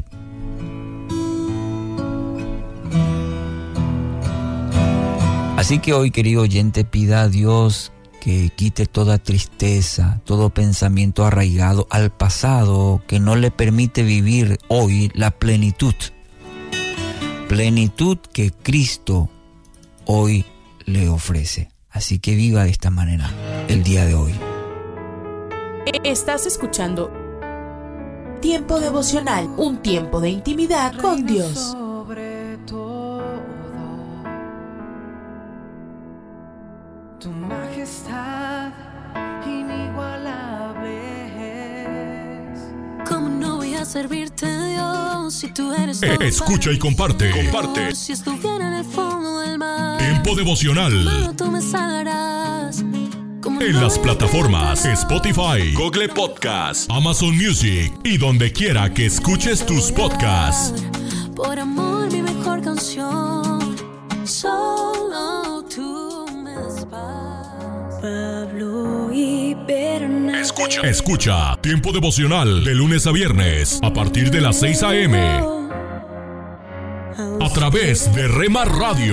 Así que hoy, querido oyente, pida a Dios que quite toda tristeza, todo pensamiento arraigado al pasado que no le permite vivir hoy la plenitud. Plenitud que Cristo hoy le ofrece. Así que viva de esta manera el día de hoy. Estás escuchando Tiempo devocional, un tiempo de intimidad con Dios. Sobre todo, tu majestad inigualable es. ¿Cómo no voy a servirte, Dios, si tú eres todo Escucha y comparte. Si estuviera en el fondo del mar, Tiempo devocional. hermano, tú me salvarás. En las plataformas Spotify, Google Podcast, Amazon Music y donde quiera que escuches tus podcasts. Por amor, mi mejor canción. Solo tú me das paz. Pablo y Bernabé. Escucha Tiempo devocional de lunes a viernes a partir de las 6 a.m. a través de Rema Radio.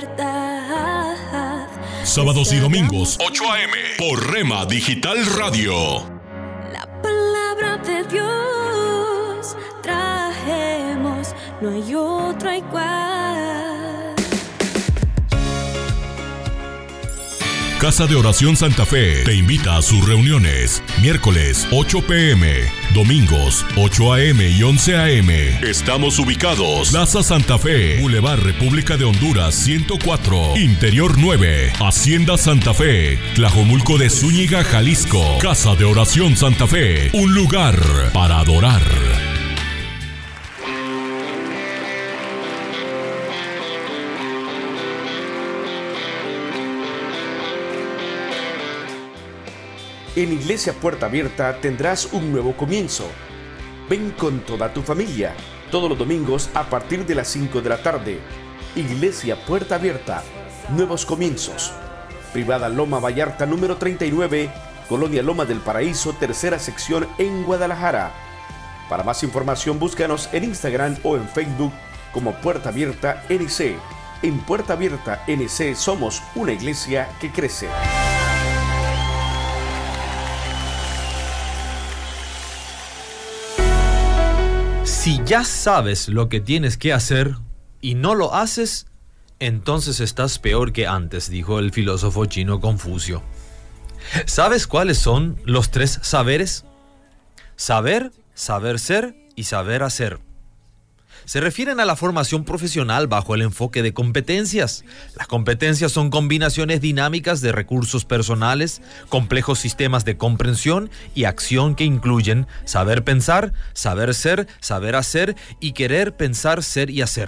Sábados y domingos, 8 a.m. por Rema Digital Radio. La palabra de Dios trajemos, no hay otra igual. Casa de Oración Santa Fe te invita a sus reuniones. Miércoles 8 p.m, domingos 8 a.m. y 11 a.m. Estamos ubicados: Plaza Santa Fe, Boulevard República de Honduras 104, Interior 9, Hacienda Santa Fe, Tlajomulco de Zúñiga, Jalisco. Casa de Oración Santa Fe, un lugar para adorar. En Iglesia Puerta Abierta tendrás un nuevo comienzo. Ven con toda tu familia, todos los domingos a partir de las 5 de la tarde. Iglesia Puerta Abierta, nuevos comienzos. Privada Loma Vallarta número 39, Colonia Loma del Paraíso, tercera sección en Guadalajara. Para más información búscanos en Instagram o en Facebook como Puerta Abierta NC. En Puerta Abierta NC somos una iglesia que crece. Si ya sabes lo que tienes que hacer y no lo haces, entonces estás peor que antes, dijo el filósofo chino Confucio. ¿Sabes cuáles son los 3 saberes? Saber, saber ser y saber hacer. Se refieren a la formación profesional bajo el enfoque de competencias. Las competencias son combinaciones dinámicas de recursos personales, complejos sistemas de comprensión y acción que incluyen saber pensar, saber ser, saber hacer y querer pensar, ser y hacer.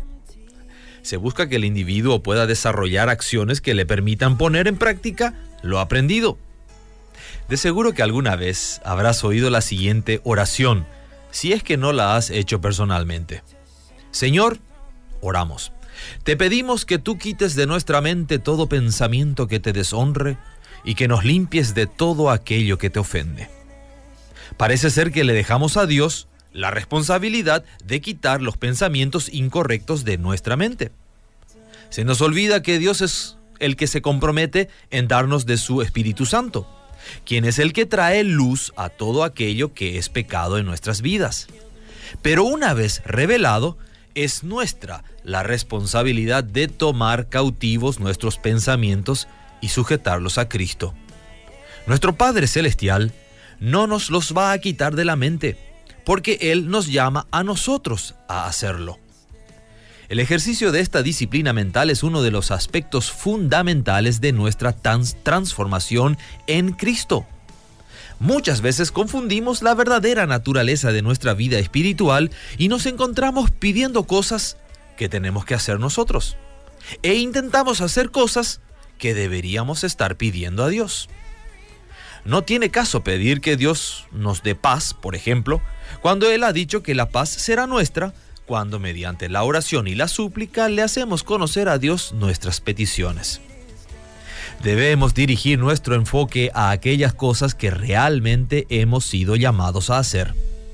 Se busca que el individuo pueda desarrollar acciones que le permitan poner en práctica lo aprendido. De seguro que alguna vez habrás oído la siguiente oración, si es que no la has hecho personalmente. Señor, oramos. Te pedimos que tú quites de nuestra mente todo pensamiento que te deshonre y que nos limpies de todo aquello que te ofende. Parece ser que le dejamos a Dios la responsabilidad de quitar los pensamientos incorrectos de nuestra mente. Se nos olvida que Dios es el que se compromete en darnos de su Espíritu Santo, quien es el que trae luz a todo aquello que es pecado en nuestras vidas. Pero una vez revelado, es nuestra la responsabilidad de tomar cautivos nuestros pensamientos y sujetarlos a Cristo. Nuestro Padre Celestial no nos los va a quitar de la mente, porque Él nos llama a nosotros a hacerlo. El ejercicio de esta disciplina mental es uno de los aspectos fundamentales de nuestra transformación en Cristo. Muchas veces confundimos la verdadera naturaleza de nuestra vida espiritual y nos encontramos pidiendo cosas que tenemos que hacer nosotros. E intentamos hacer cosas que deberíamos estar pidiendo a Dios. No tiene caso pedir que Dios nos dé paz, por ejemplo, cuando Él ha dicho que la paz será nuestra, cuando mediante la oración y la súplica le hacemos conocer a Dios nuestras peticiones. Debemos dirigir nuestro enfoque a aquellas cosas que realmente hemos sido llamados a hacer.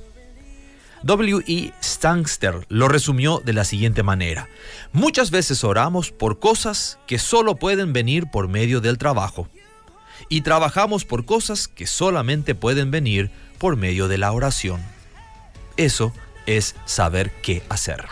W.E. Sangster lo resumió de la siguiente manera: muchas veces oramos por cosas que solo pueden venir por medio del trabajo, y trabajamos por cosas que solamente pueden venir por medio de la oración. Eso es saber qué hacer.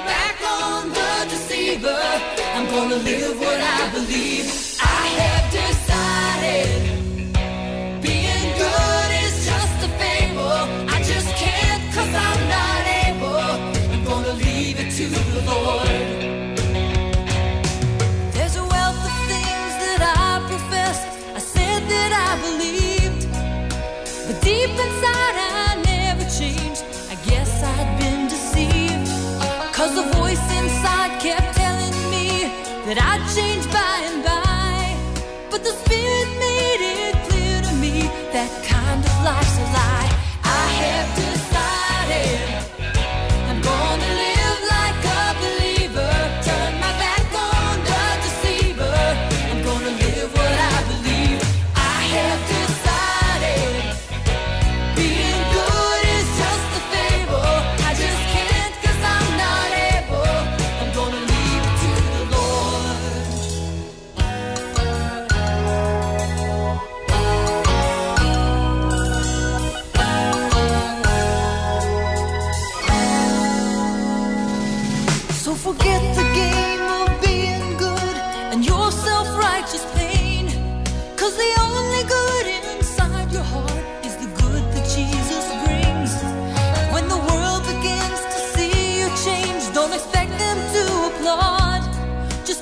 I'm gonna live what I believe. I have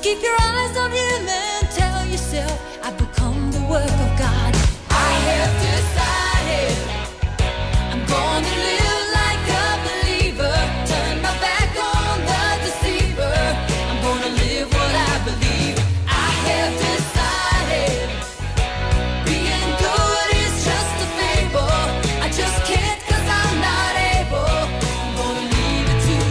Keep your eyes on him and tell yourself, I've become the work of God. I have decided I'm gonna live like a believer. Turn my back on the deceiver. I'm gonna live what I believe. I have decided being good is just a fable. I just can't 'cause I'm not able. I'm gonna leave it to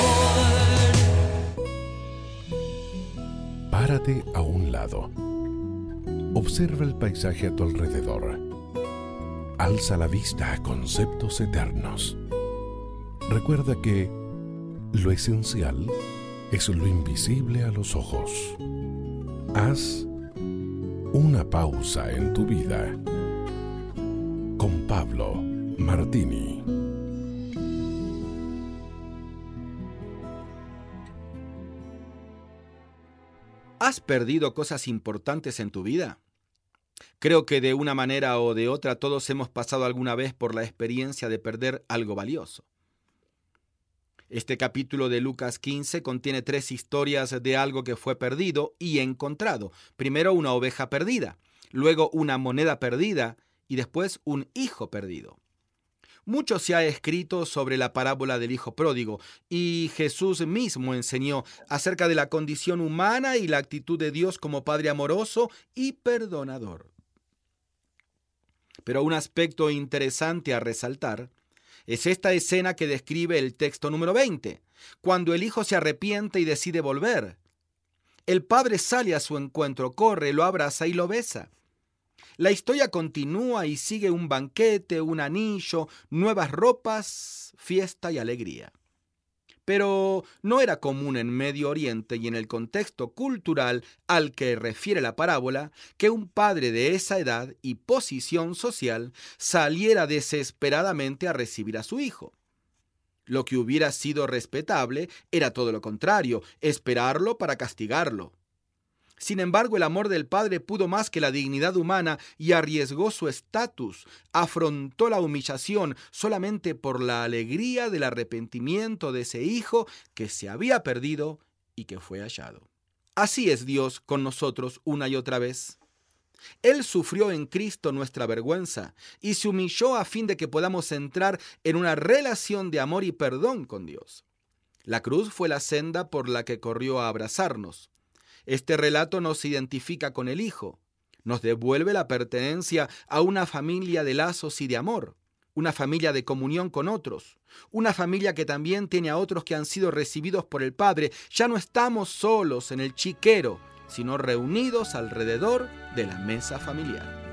the Lord. Párate a un lado. Observa el paisaje a tu alrededor. Alza la vista a conceptos eternos. Recuerda que lo esencial es lo invisible a los ojos. Haz una pausa en tu vida. Con Pablo Martini. ¿Has perdido cosas importantes en tu vida? Creo que de una manera o de otra todos hemos pasado alguna vez por la experiencia de perder algo valioso. Este capítulo de Lucas 15 contiene 3 historias de algo que fue perdido y encontrado. Primero una oveja perdida, luego una moneda perdida y después un hijo perdido. Mucho se ha escrito sobre la parábola del hijo pródigo y Jesús mismo enseñó acerca de la condición humana y la actitud de Dios como Padre amoroso y perdonador. Pero un aspecto interesante a resaltar es esta escena que describe el texto número 20, cuando el hijo se arrepiente y decide volver. El padre sale a su encuentro, corre, lo abraza y lo besa. La historia continúa y sigue un banquete, un anillo, nuevas ropas, fiesta y alegría. Pero no era común en Medio Oriente y en el contexto cultural al que refiere la parábola que un padre de esa edad y posición social saliera desesperadamente a recibir a su hijo. Lo que hubiera sido respetable era todo lo contrario, esperarlo para castigarlo. Sin embargo, el amor del padre pudo más que la dignidad humana y arriesgó su estatus, afrontó la humillación solamente por la alegría del arrepentimiento de ese hijo que se había perdido y que fue hallado. Así es Dios con nosotros una y otra vez. Él sufrió en Cristo nuestra vergüenza y se humilló a fin de que podamos entrar en una relación de amor y perdón con Dios. La cruz fue la senda por la que corrió a abrazarnos. Este relato nos identifica con el Hijo, nos devuelve la pertenencia a una familia de lazos y de amor, una familia de comunión con otros, una familia que también tiene a otros que han sido recibidos por el Padre. Ya no estamos solos en el chiquero, sino reunidos alrededor de la mesa familiar.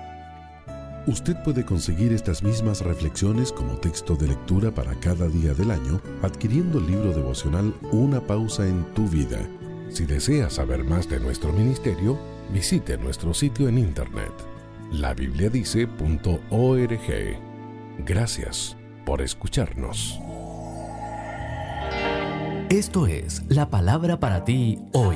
Usted puede conseguir estas mismas reflexiones como texto de lectura para cada día del año adquiriendo el libro devocional Una pausa en tu vida. Si desea saber más de nuestro ministerio, visite nuestro sitio en internet, labibliadice.org. Gracias por escucharnos. Esto es la palabra para ti hoy.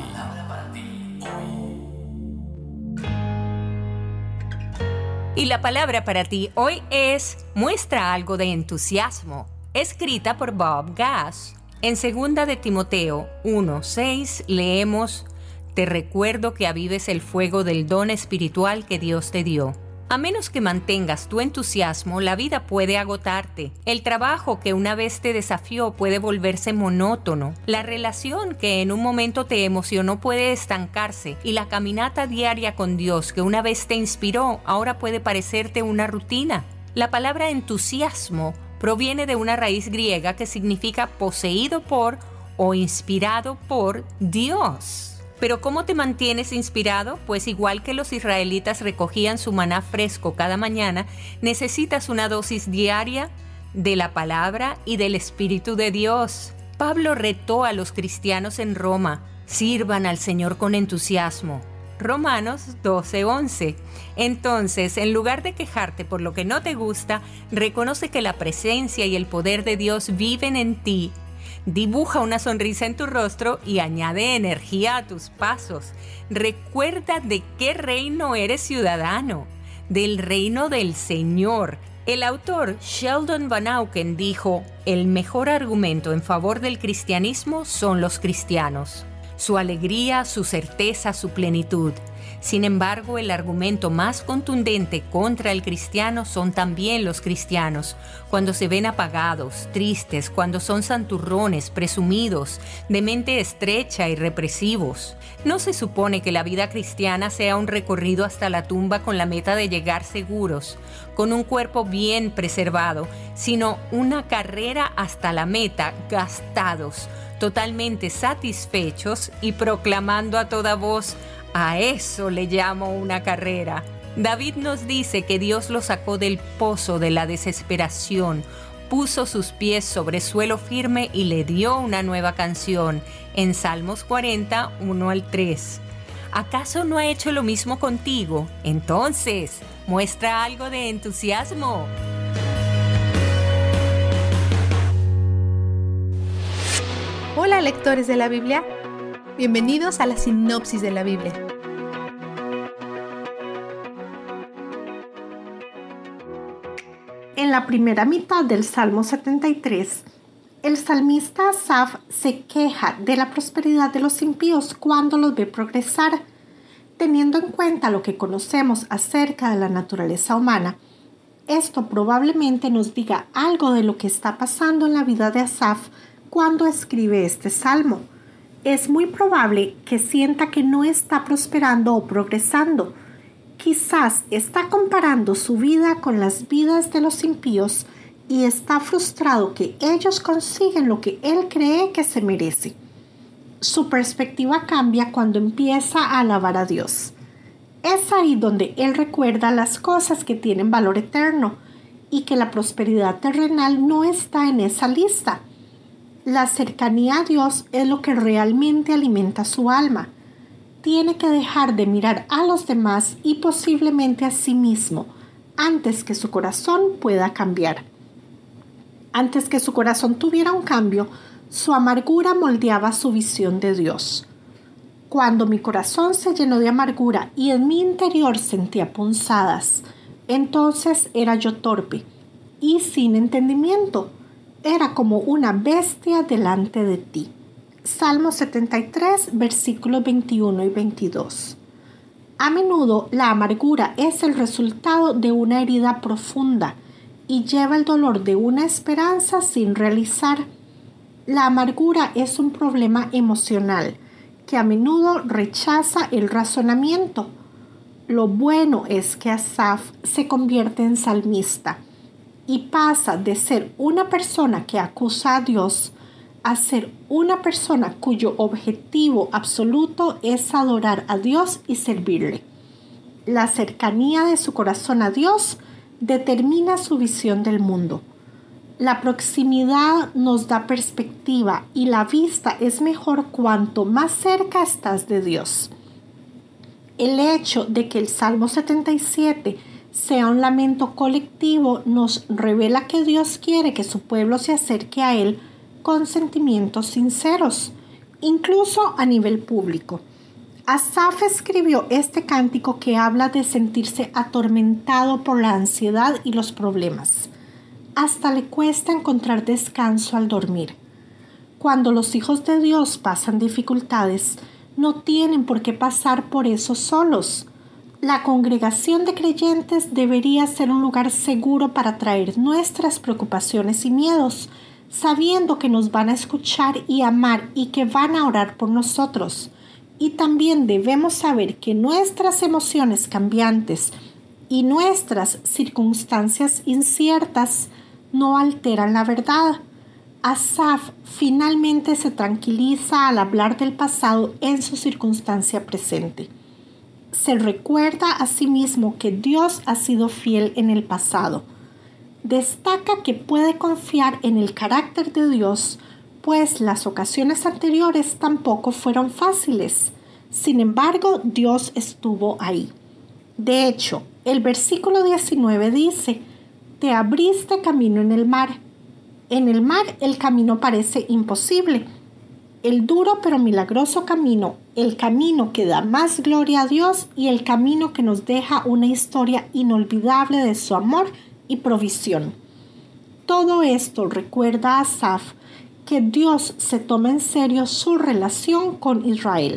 Y la palabra para ti hoy es Muestra algo de entusiasmo, escrita por Bob Gass. En 2 de Timoteo 1:6 leemos: Te recuerdo que avives el fuego del don espiritual que Dios te dio. A menos que mantengas tu entusiasmo, la vida puede agotarte. El trabajo que una vez te desafió puede volverse monótono. La relación que en un momento te emocionó puede estancarse. Y la caminata diaria con Dios que una vez te inspiró, ahora puede parecerte una rutina. La palabra entusiasmo proviene de una raíz griega que significa poseído por o inspirado por Dios. ¿Pero cómo te mantienes inspirado? Pues igual que los israelitas recogían su maná fresco cada mañana, necesitas una dosis diaria de la palabra y del Espíritu de Dios. Pablo retó a los cristianos en Roma: sirvan al Señor con entusiasmo. Romanos 12:11. Entonces, en lugar de quejarte por lo que no te gusta, reconoce que la presencia y el poder de Dios viven en ti. Dibuja una sonrisa en tu rostro y añade energía a tus pasos. Recuerda de qué reino eres ciudadano, del reino del Señor. El autor Sheldon Van Auken dijo: el mejor argumento en favor del cristianismo son los cristianos. su alegría, su certeza, su plenitud. Sin embargo, el argumento más contundente contra el cristiano son también los cristianos, cuando se ven apagados, tristes, cuando son santurrones, presumidos, de mente estrecha y represivos. No se supone que la vida cristiana sea un recorrido hasta la tumba con la meta de llegar seguros, con un cuerpo bien preservado, sino una carrera hasta la meta, gastados, totalmente satisfechos y proclamando a toda voz: a eso le llamo una carrera. David nos dice que Dios lo sacó del pozo de la desesperación, puso sus pies sobre suelo firme y le dio una nueva canción, en Salmos 40, 1 al 3. ¿Acaso no ha hecho lo mismo contigo? Entonces, muestra algo de entusiasmo. Hola, lectores de la Biblia. Bienvenidos a la sinopsis de la Biblia. En la primera mitad del Salmo 73, el salmista Asaf se queja de la prosperidad de los impíos cuando los ve progresar. Teniendo en cuenta lo que conocemos acerca de la naturaleza humana, esto probablemente nos diga algo de lo que está pasando en la vida de Asaf cuando escribe este salmo. Es muy probable que sienta que no está prosperando o progresando. Quizás está comparando su vida con las vidas de los impíos y está frustrado que ellos consiguen lo que él cree que se merece. Su perspectiva cambia cuando empieza a alabar a Dios. Es ahí donde él recuerda las cosas que tienen valor eterno y que la prosperidad terrenal no está en esa lista. La cercanía a Dios es lo que realmente alimenta su alma. Tiene que dejar de mirar a los demás y posiblemente a sí mismo antes que su corazón pueda cambiar. Antes que su corazón tuviera un cambio, su amargura moldeaba su visión de Dios. Cuando mi corazón se llenó de amargura y en mi interior sentía punzadas, entonces era yo torpe y sin entendimiento. Era como una bestia delante de ti. Salmo 73, versículos 21 y 22. A menudo la amargura es el resultado de una herida profunda y lleva el dolor de una esperanza sin realizar. La amargura es un problema emocional que a menudo rechaza el razonamiento. Lo bueno es que Asaf se convierte en salmista y pasa de ser una persona que acusa a Dios a ser una persona cuyo objetivo absoluto es adorar a Dios y servirle. La cercanía de su corazón a Dios determina su visión del mundo. La proximidad nos da perspectiva y la vista es mejor cuanto más cerca estás de Dios. El hecho de que el Salmo 77 sea un lamento colectivo nos revela que Dios quiere que su pueblo se acerque a Él con sentimientos sinceros, incluso a nivel público. Asaf escribió este cántico que habla de sentirse atormentado por la ansiedad y los problemas. Hasta le cuesta encontrar descanso al dormir. Cuando los hijos de Dios pasan dificultades, no tienen por qué pasar por eso solos. La congregación de creyentes debería ser un lugar seguro para traer nuestras preocupaciones y miedos, sabiendo que nos van a escuchar y amar y que van a orar por nosotros. Y también debemos saber que nuestras emociones cambiantes y nuestras circunstancias inciertas no alteran la verdad. Asaf finalmente se tranquiliza al hablar del pasado en su circunstancia presente. Se recuerda a sí mismo que Dios ha sido fiel en el pasado. Destaca que puede confiar en el carácter de Dios, pues las ocasiones anteriores tampoco fueron fáciles. Sin embargo, Dios estuvo ahí. De hecho, el versículo 19 dice: «Te abriste camino en el mar». En el mar el camino parece imposible. El duro pero milagroso camino, el camino que da más gloria a Dios y el camino que nos deja una historia inolvidable de su amor y provisión. Todo esto recuerda a Asaf que Dios se toma en serio su relación con Israel.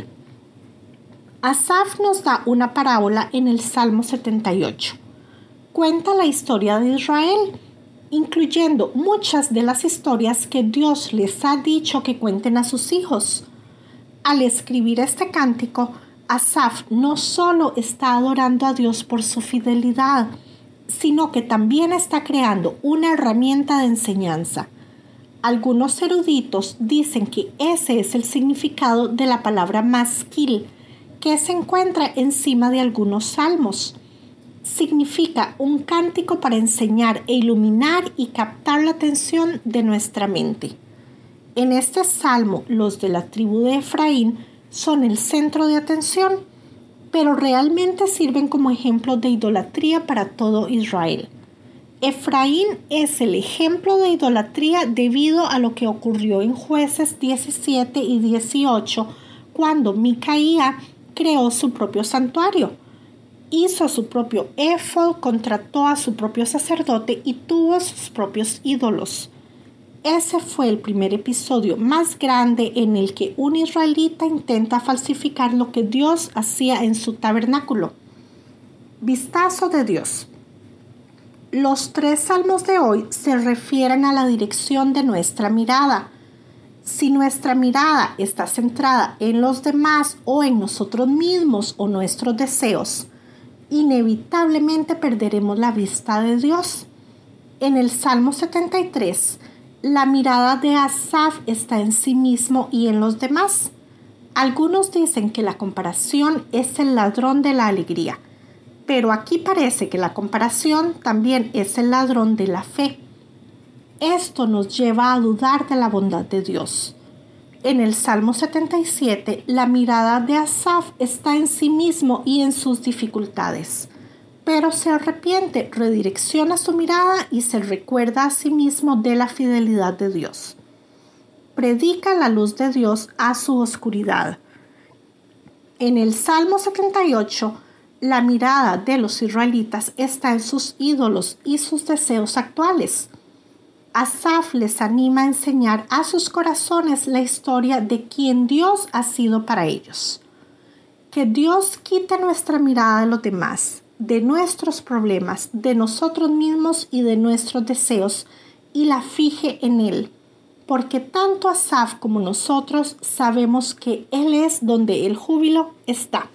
Asaf nos da una parábola en el Salmo 78. Cuenta la historia de Israel, incluyendo muchas de las historias que Dios les ha dicho que cuenten a sus hijos. Al escribir este cántico, Asaf no solo está adorando a Dios por su fidelidad, sino que también está creando una herramienta de enseñanza. Algunos eruditos dicen que ese es el significado de la palabra maskil, que se encuentra encima de algunos salmos. Significa un cántico para enseñar e iluminar y captar la atención de nuestra mente. En este salmo, los de la tribu de Efraín son el centro de atención, pero realmente sirven como ejemplo de idolatría para todo Israel. Efraín es el ejemplo de idolatría debido a lo que ocurrió en Jueces 17 y 18, cuando Micaía creó su propio santuario. Hizo su propio éfod, contrató a su propio sacerdote y tuvo sus propios ídolos. Ese fue el primer episodio más grande en el que un israelita intenta falsificar lo que Dios hacía en su tabernáculo. Vistazo de Dios. Los 3 salmos de hoy se refieren a la dirección de nuestra mirada. Si nuestra mirada está centrada en los demás o en nosotros mismos o nuestros deseos, inevitablemente perderemos la vista de Dios. En el Salmo 73, la mirada de Asaf está en sí mismo y en los demás. Algunos dicen que la comparación es el ladrón de la alegría, pero aquí parece que la comparación también es el ladrón de la fe. Esto nos lleva a dudar de la bondad de Dios. En el Salmo 77, la mirada de Asaf está en sí mismo y en sus dificultades, pero se arrepiente, redirecciona su mirada y se recuerda a sí mismo de la fidelidad de Dios. Predica la luz de Dios a su oscuridad. En el Salmo 78, la mirada de los israelitas está en sus ídolos y sus deseos actuales. Asaf les anima a enseñar a sus corazones la historia de quién Dios ha sido para ellos. Que Dios quite nuestra mirada de los demás, de nuestros problemas, de nosotros mismos y de nuestros deseos, y la fije en Él, porque tanto Asaf como nosotros sabemos que Él es donde el júbilo está.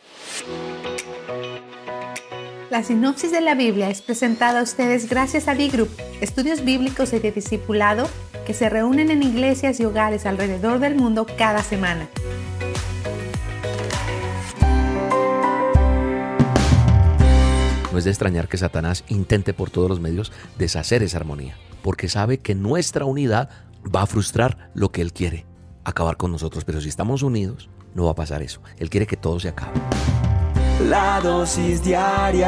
La sinopsis de la Biblia es presentada a ustedes gracias a B-Group, estudios bíblicos y de discipulado que se reúnen en iglesias y hogares alrededor del mundo cada semana. No es de extrañar que Satanás intente por todos los medios deshacer esa armonía, porque sabe que nuestra unidad va a frustrar lo que él quiere, acabar con nosotros. Pero si estamos unidos, no va a pasar eso. Él quiere que todo se acabe. La dosis diaria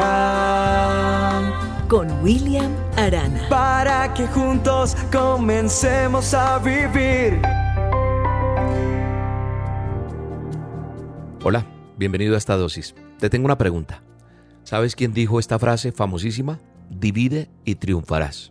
con William Arana, para que juntos comencemos a vivir. Hola, bienvenido a esta dosis. Te tengo una pregunta. ¿Sabes quién dijo esta frase famosísima? Divide y triunfarás.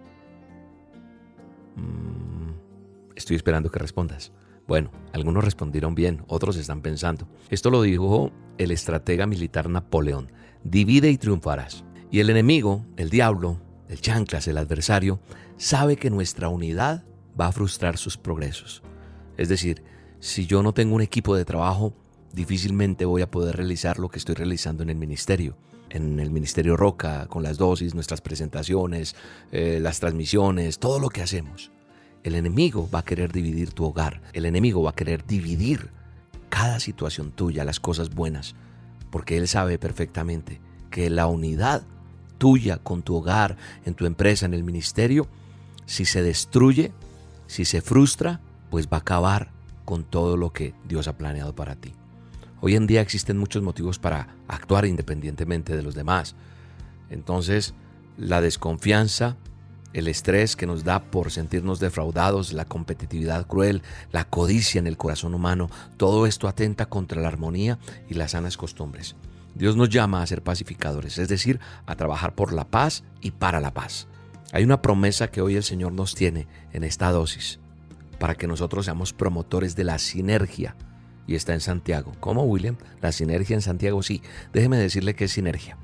Estoy esperando que respondas. Bueno, algunos respondieron bien, otros están pensando. Esto lo dijo el estratega militar Napoleón. Divide y triunfarás. Y el enemigo, el diablo, el chanclas, el adversario, sabe que nuestra unidad va a frustrar sus progresos. Es decir, si yo no tengo un equipo de trabajo, difícilmente voy a poder realizar lo que estoy realizando en el ministerio. En el Ministerio Roca, con las dosis, nuestras presentaciones, las transmisiones, todo lo que hacemos. El enemigo va a querer dividir tu hogar. El enemigo va a querer dividir cada situación tuya, las cosas buenas. Porque él sabe perfectamente que la unidad tuya con tu hogar, en tu empresa, en el ministerio, si se destruye, si se frustra, pues va a acabar con todo lo que Dios ha planeado para ti. Hoy en día existen muchos motivos para actuar independientemente de los demás. Entonces, la desconfianza, el estrés que nos da por sentirnos defraudados, la competitividad cruel, la codicia en el corazón humano, todo esto atenta contra la armonía y las sanas costumbres. Dios nos llama a ser pacificadores, es decir, a trabajar por la paz y para la paz. Hay una promesa que hoy el Señor nos tiene en esta dosis. para que nosotros seamos promotores de la sinergia. Y está en Santiago. ¿Cómo, William? ¿La sinergia en Santiago? Sí. Déjeme decirle qué es sinergia.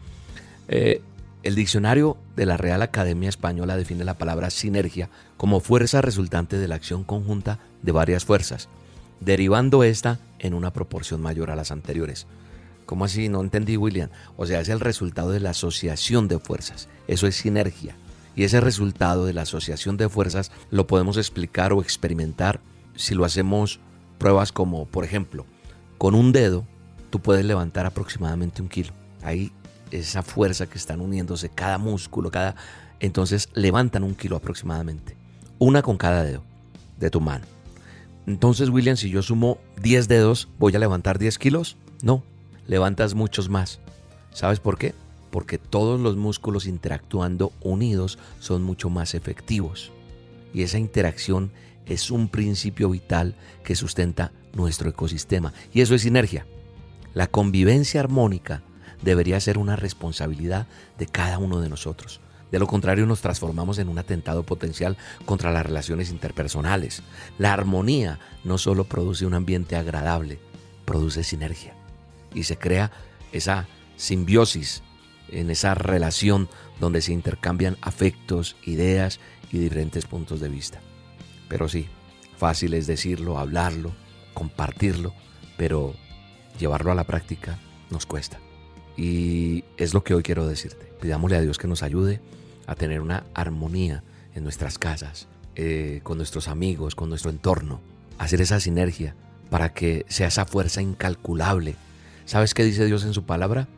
El diccionario de la Real Academia Española define la palabra sinergia como fuerza resultante de la acción conjunta de varias fuerzas, derivando esta en una proporción mayor a las anteriores. ¿Cómo así? No entendí, William. O sea, es el resultado de la asociación de fuerzas. Eso es sinergia. Y ese resultado de la asociación de fuerzas lo podemos explicar o experimentar si lo hacemos pruebas como, por ejemplo, con un dedo tú puedes levantar aproximadamente 1 kilo. Ahí esa fuerza que están uniéndose, cada músculo, entonces levantan 1 kilo aproximadamente. Una con cada dedo de tu mano. Entonces, William, si yo sumo 10 dedos, ¿voy a levantar 10 kilos? No, levantas muchos más. ¿Sabes por qué? Porque todos los músculos interactuando unidos son mucho más efectivos. Y esa interacción es un principio vital que sustenta nuestro ecosistema. Y eso es sinergia. La convivencia armónica debería ser una responsabilidad de cada uno de nosotros. De lo contrario, nos transformamos en un atentado potencial contra las relaciones interpersonales. La armonía no solo produce un ambiente agradable, produce sinergia. Y se crea esa simbiosis en esa relación donde se intercambian afectos, ideas y diferentes puntos de vista. Pero sí, fácil es decirlo, hablarlo, compartirlo, pero llevarlo a la práctica nos cuesta. Y es lo que hoy quiero decirte. Pidámosle a Dios que nos ayude a tener una armonía en nuestras casas, con nuestros amigos, con nuestro entorno. Hacer esa sinergia para que sea esa fuerza incalculable. ¿Sabes qué dice Dios en su palabra?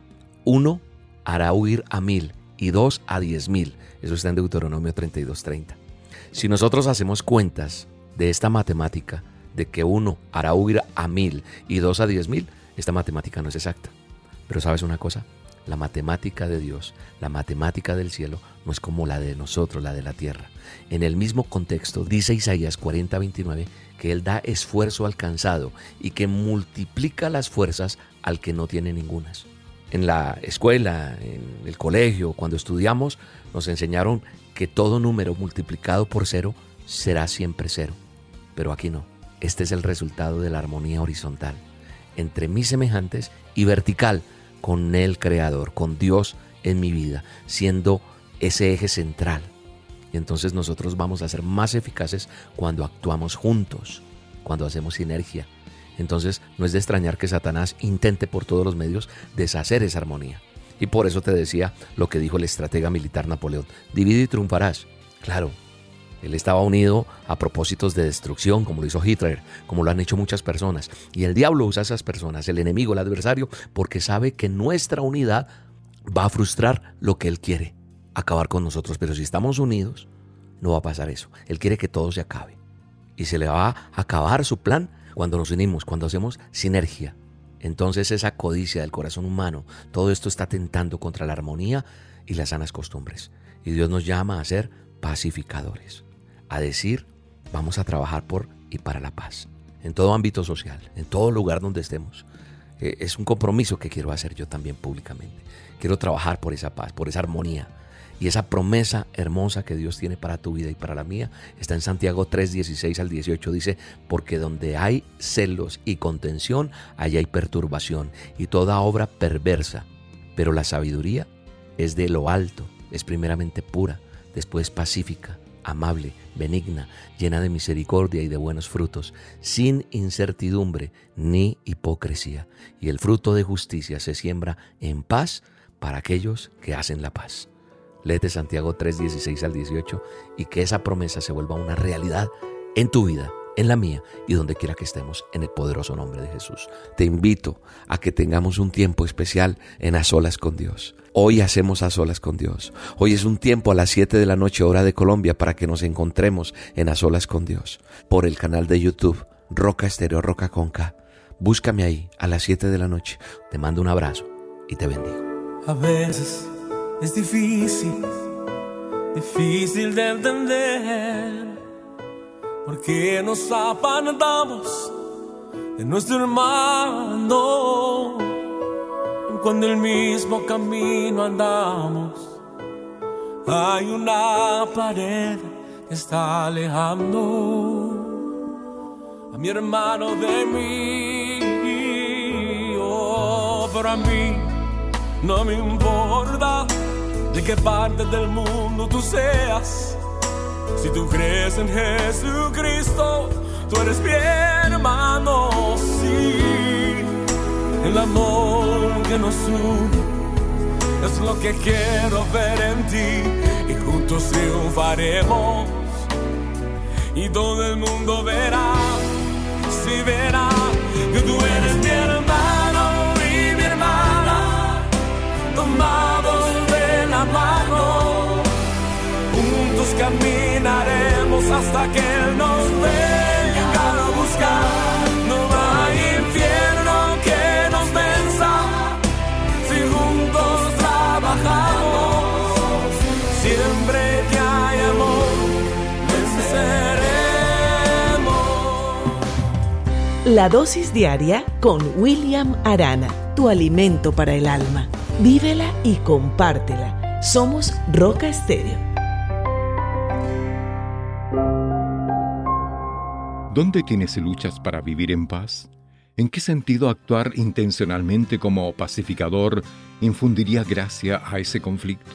1 hará huir a 1000 y 2 a 10,000. Eso está en Deuteronomio 32:30. Si nosotros hacemos cuentas de esta matemática, de que 1 hará huir a 1000 y 2 a 10,000, esta matemática no es exacta. Pero ¿sabes una cosa? La matemática de Dios, la matemática del cielo, no es como la de nosotros, la de la tierra. En el mismo contexto, dice Isaías 40:29, que Él da esfuerzo al cansado y que multiplica las fuerzas al que no tiene ningunas. En la escuela, en el colegio, cuando estudiamos, nos enseñaron que todo número multiplicado por 0 será siempre 0. Pero aquí no. Este es el resultado de la armonía horizontal entre mis semejantes y vertical con el Creador, con Dios en mi vida, siendo ese eje central. Y entonces nosotros vamos a ser más eficaces cuando actuamos juntos, cuando hacemos sinergia. Entonces no es de extrañar que Satanás intente por todos los medios deshacer esa armonía. Y por eso te decía lo que dijo el estratega militar Napoleón: divide y triunfarás. Claro, él estaba unido a propósitos de destrucción, como lo hizo Hitler, como lo han hecho muchas personas. Y el diablo usa a esas personas, el enemigo, el adversario, porque sabe que nuestra unidad va a frustrar lo que él quiere, acabar con nosotros. Pero si estamos unidos, no va a pasar eso. Él quiere que todo se acabe. Y se le va a acabar su plan cuando nos unimos, cuando hacemos sinergia. Entonces esa codicia del corazón humano, todo esto está tentando contra la armonía y las sanas costumbres. Y Dios nos llama a ser pacificadores, a decir, vamos a trabajar por y para la paz, en todo ámbito social, en todo lugar donde estemos. Es un compromiso que quiero hacer yo también públicamente. Quiero trabajar por esa paz, por esa armonía. Y esa promesa hermosa que Dios tiene para tu vida y para la mía está en Santiago 3:16-18. Dice, porque donde hay celos y contención, allá hay perturbación y toda obra perversa. Pero la sabiduría es de lo alto, es primeramente pura, después pacífica, amable, benigna, llena de misericordia y de buenos frutos, sin incertidumbre ni hipocresía. Y el fruto de justicia se siembra en paz para aquellos que hacen la paz. Léete Santiago 3:16-18 y que esa promesa se vuelva una realidad en tu vida, en la mía y donde quiera que estemos, en el poderoso nombre de Jesús. Te invito a que tengamos un tiempo especial en A Solas con Dios. Hoy hacemos A Solas con Dios. Hoy es un tiempo a las 7 de la noche, hora de Colombia, para que nos encontremos en A Solas con Dios por el canal de YouTube Roca Estéreo Roca con K. Búscame ahí a las 7 de la noche. Te mando un abrazo y te bendigo. A veces es difícil de entender por qué nos apartamos de nuestro hermano cuando el mismo camino andamos. Hay una pared que está alejando. mi hermano de mí. Oh, pero a mí no me importa de qué parte del mundo tú seas. Si tú crees en Jesucristo, tú eres mi hermano. Sí, el amor que nos une es lo que quiero ver en ti, y juntos triunfaremos y todo el mundo verá, sí verá que tú eres mi hermano y mi hermana, tomados de la mano, juntos caminaremos hasta que Él nos venga a buscar. No hay infierno que nos venza si juntos trabajamos, siempre que hay amor venceremos. La dosis diaria con William Arana, tu alimento para el alma. Vívela y compártela. Somos Roca Estéreo. ¿Dónde tienes luchas para vivir en paz? ¿En qué sentido actuar intencionalmente como pacificador infundiría gracia a ese conflicto?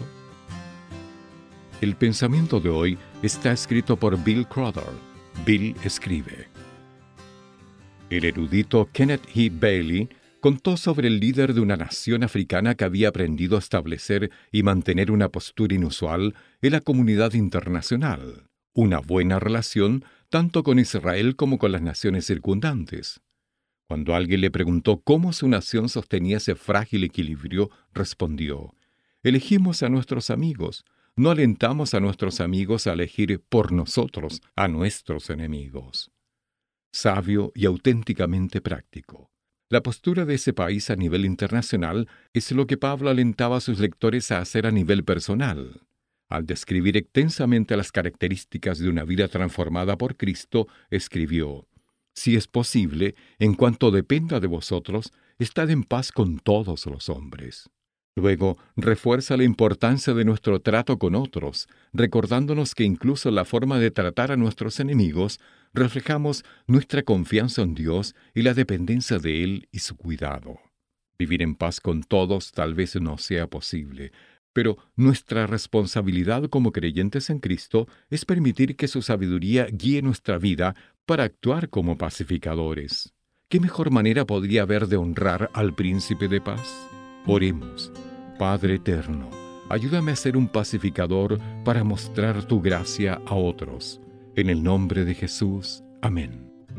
El pensamiento de hoy está escrito por Bill Crowder. Bill escribe: el erudito Kenneth E. Bailey contó sobre el líder de una nación africana que había aprendido a establecer y mantener una postura inusual en la comunidad internacional, una buena relación tanto con Israel como con las naciones circundantes. Cuando alguien le preguntó cómo su nación sostenía ese frágil equilibrio, respondió: elegimos a nuestros amigos, no alentamos a nuestros amigos a elegir por nosotros a nuestros enemigos. Sabio y auténticamente práctico. La postura de ese país a nivel internacional es lo que Pablo alentaba a sus lectores a hacer a nivel personal. Al describir extensamente las características de una vida transformada por Cristo, escribió: si es posible, en cuanto dependa de vosotros, estad en paz con todos los hombres. Luego, refuerza la importancia de nuestro trato con otros, recordándonos que incluso en la forma de tratar a nuestros enemigos, reflejamos nuestra confianza en Dios y la dependencia de Él y su cuidado. Vivir en paz con todos tal vez no sea posible, pero nuestra responsabilidad como creyentes en Cristo es permitir que su sabiduría guíe nuestra vida para actuar como pacificadores. ¿Qué mejor manera podría haber de honrar al Príncipe de Paz? Oremos. Padre eterno, ayúdame a ser un pacificador para mostrar tu gracia a otros. En el nombre de Jesús. Amén.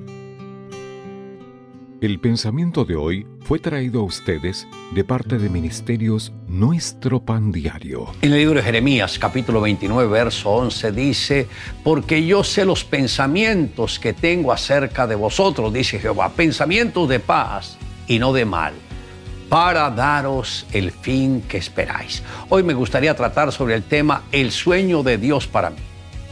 El pensamiento de hoy fue traído a ustedes de parte de Ministerios Nuestro Pan Diario. En el libro de Jeremías, capítulo 29, verso 11, dice: porque yo sé los pensamientos que tengo acerca de vosotros, dice Jehová, pensamientos de paz y no de mal, para daros el fin que esperáis. Hoy me gustaría tratar sobre el tema el sueño de Dios para mí.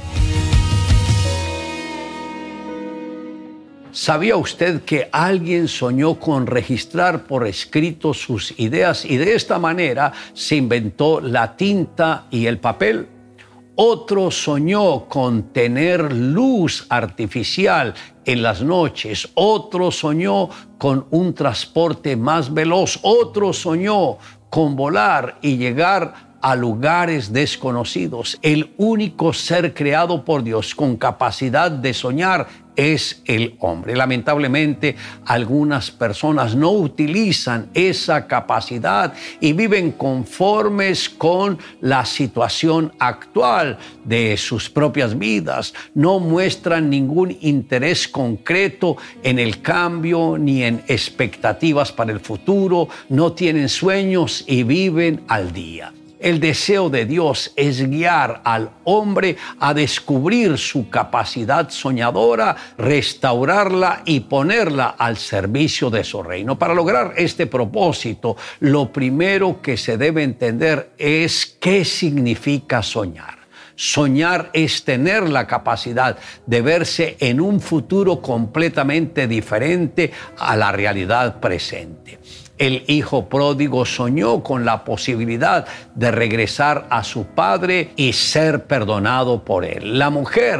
¿Sabía usted que alguien soñó con registrar por escrito sus ideas y de esta manera se inventó la tinta y el papel? Otro soñó con tener luz artificial en las noches. Otro soñó con un transporte más veloz. Otro soñó con volar y llegar a lugares desconocidos. El único ser creado por Dios con capacidad de soñar es el hombre. Lamentablemente, algunas personas no utilizan esa capacidad y viven conformes con la situación actual de sus propias vidas. No muestran ningún interés concreto en el cambio ni en expectativas para el futuro. No tienen sueños y viven al día. El deseo de Dios es guiar al hombre a descubrir su capacidad soñadora, restaurarla y ponerla al servicio de su reino. Para lograr este propósito, lo primero que se debe entender es qué significa soñar. Soñar es tener la capacidad de verse en un futuro completamente diferente a la realidad presente. El hijo pródigo soñó con la posibilidad de regresar a su padre y ser perdonado por él. La mujer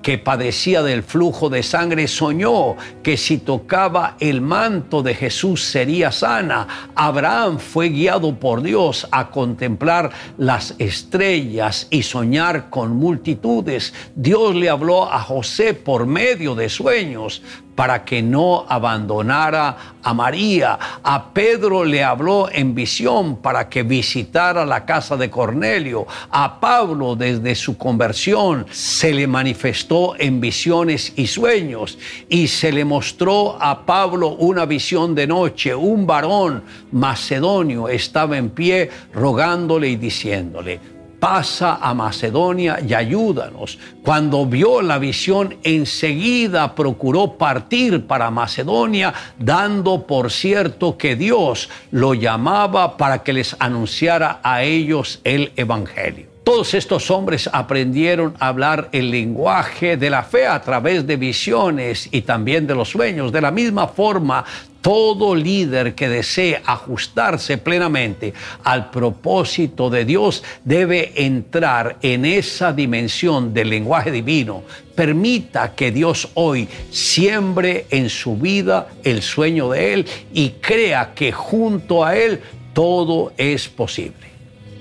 que padecía del flujo de sangre, soñó que si tocaba el manto de Jesús sería sana. Abraham fue guiado por Dios a contemplar las estrellas y soñar con multitudes. Dios le habló a José por medio de sueños para que no abandonara a María. A Pedro le habló en visión para que visitara la casa de Cornelio. A Pablo, desde su conversión, se le manifestó en visiones y sueños, y se le mostró a Pablo una visión de noche. Un varón macedonio estaba en pie rogándole y diciéndole: pasa a Macedonia y ayúdanos. Cuando vio la visión, enseguida procuró partir para Macedonia, dando por cierto que Dios lo llamaba para que les anunciara a ellos el evangelio. Todos estos hombres aprendieron a hablar el lenguaje de la fe a través de visiones y también de los sueños. De la misma forma, todo líder que desee ajustarse plenamente al propósito de Dios debe entrar en esa dimensión del lenguaje divino. Permita que Dios hoy siembre en su vida el sueño de Él y crea que junto a Él todo es posible.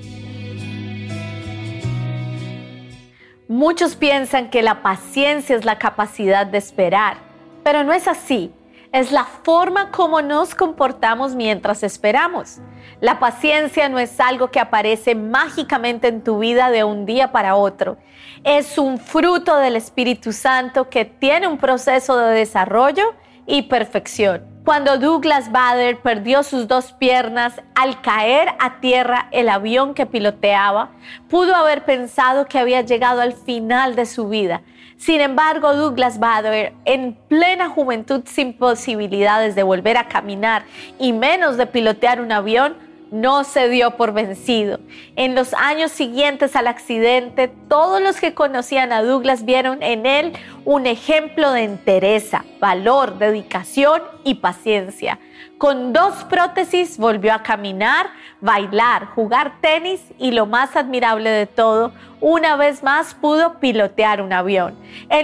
Muchos piensan que la paciencia es la capacidad de esperar, pero no es así. Es la forma como nos comportamos mientras esperamos. La paciencia no es algo que aparece mágicamente en tu vida de un día para otro. Es un fruto del Espíritu Santo que tiene un proceso de desarrollo y perfección. Cuando Douglas Bader perdió sus 2 piernas al caer a tierra el avión que piloteaba, pudo haber pensado que había llegado al final de su vida. Sin embargo, Douglas Bader, en plena juventud, sin posibilidades de volver a caminar y menos de pilotear un avión, no se dio por vencido. En los años siguientes al accidente, todos los que conocían a Douglas vieron en él un ejemplo de entereza, valor, dedicación y paciencia. Con 2 prótesis volvió a caminar, bailar, jugar tenis y, lo más admirable de todo, una vez más pudo pilotear un avión. En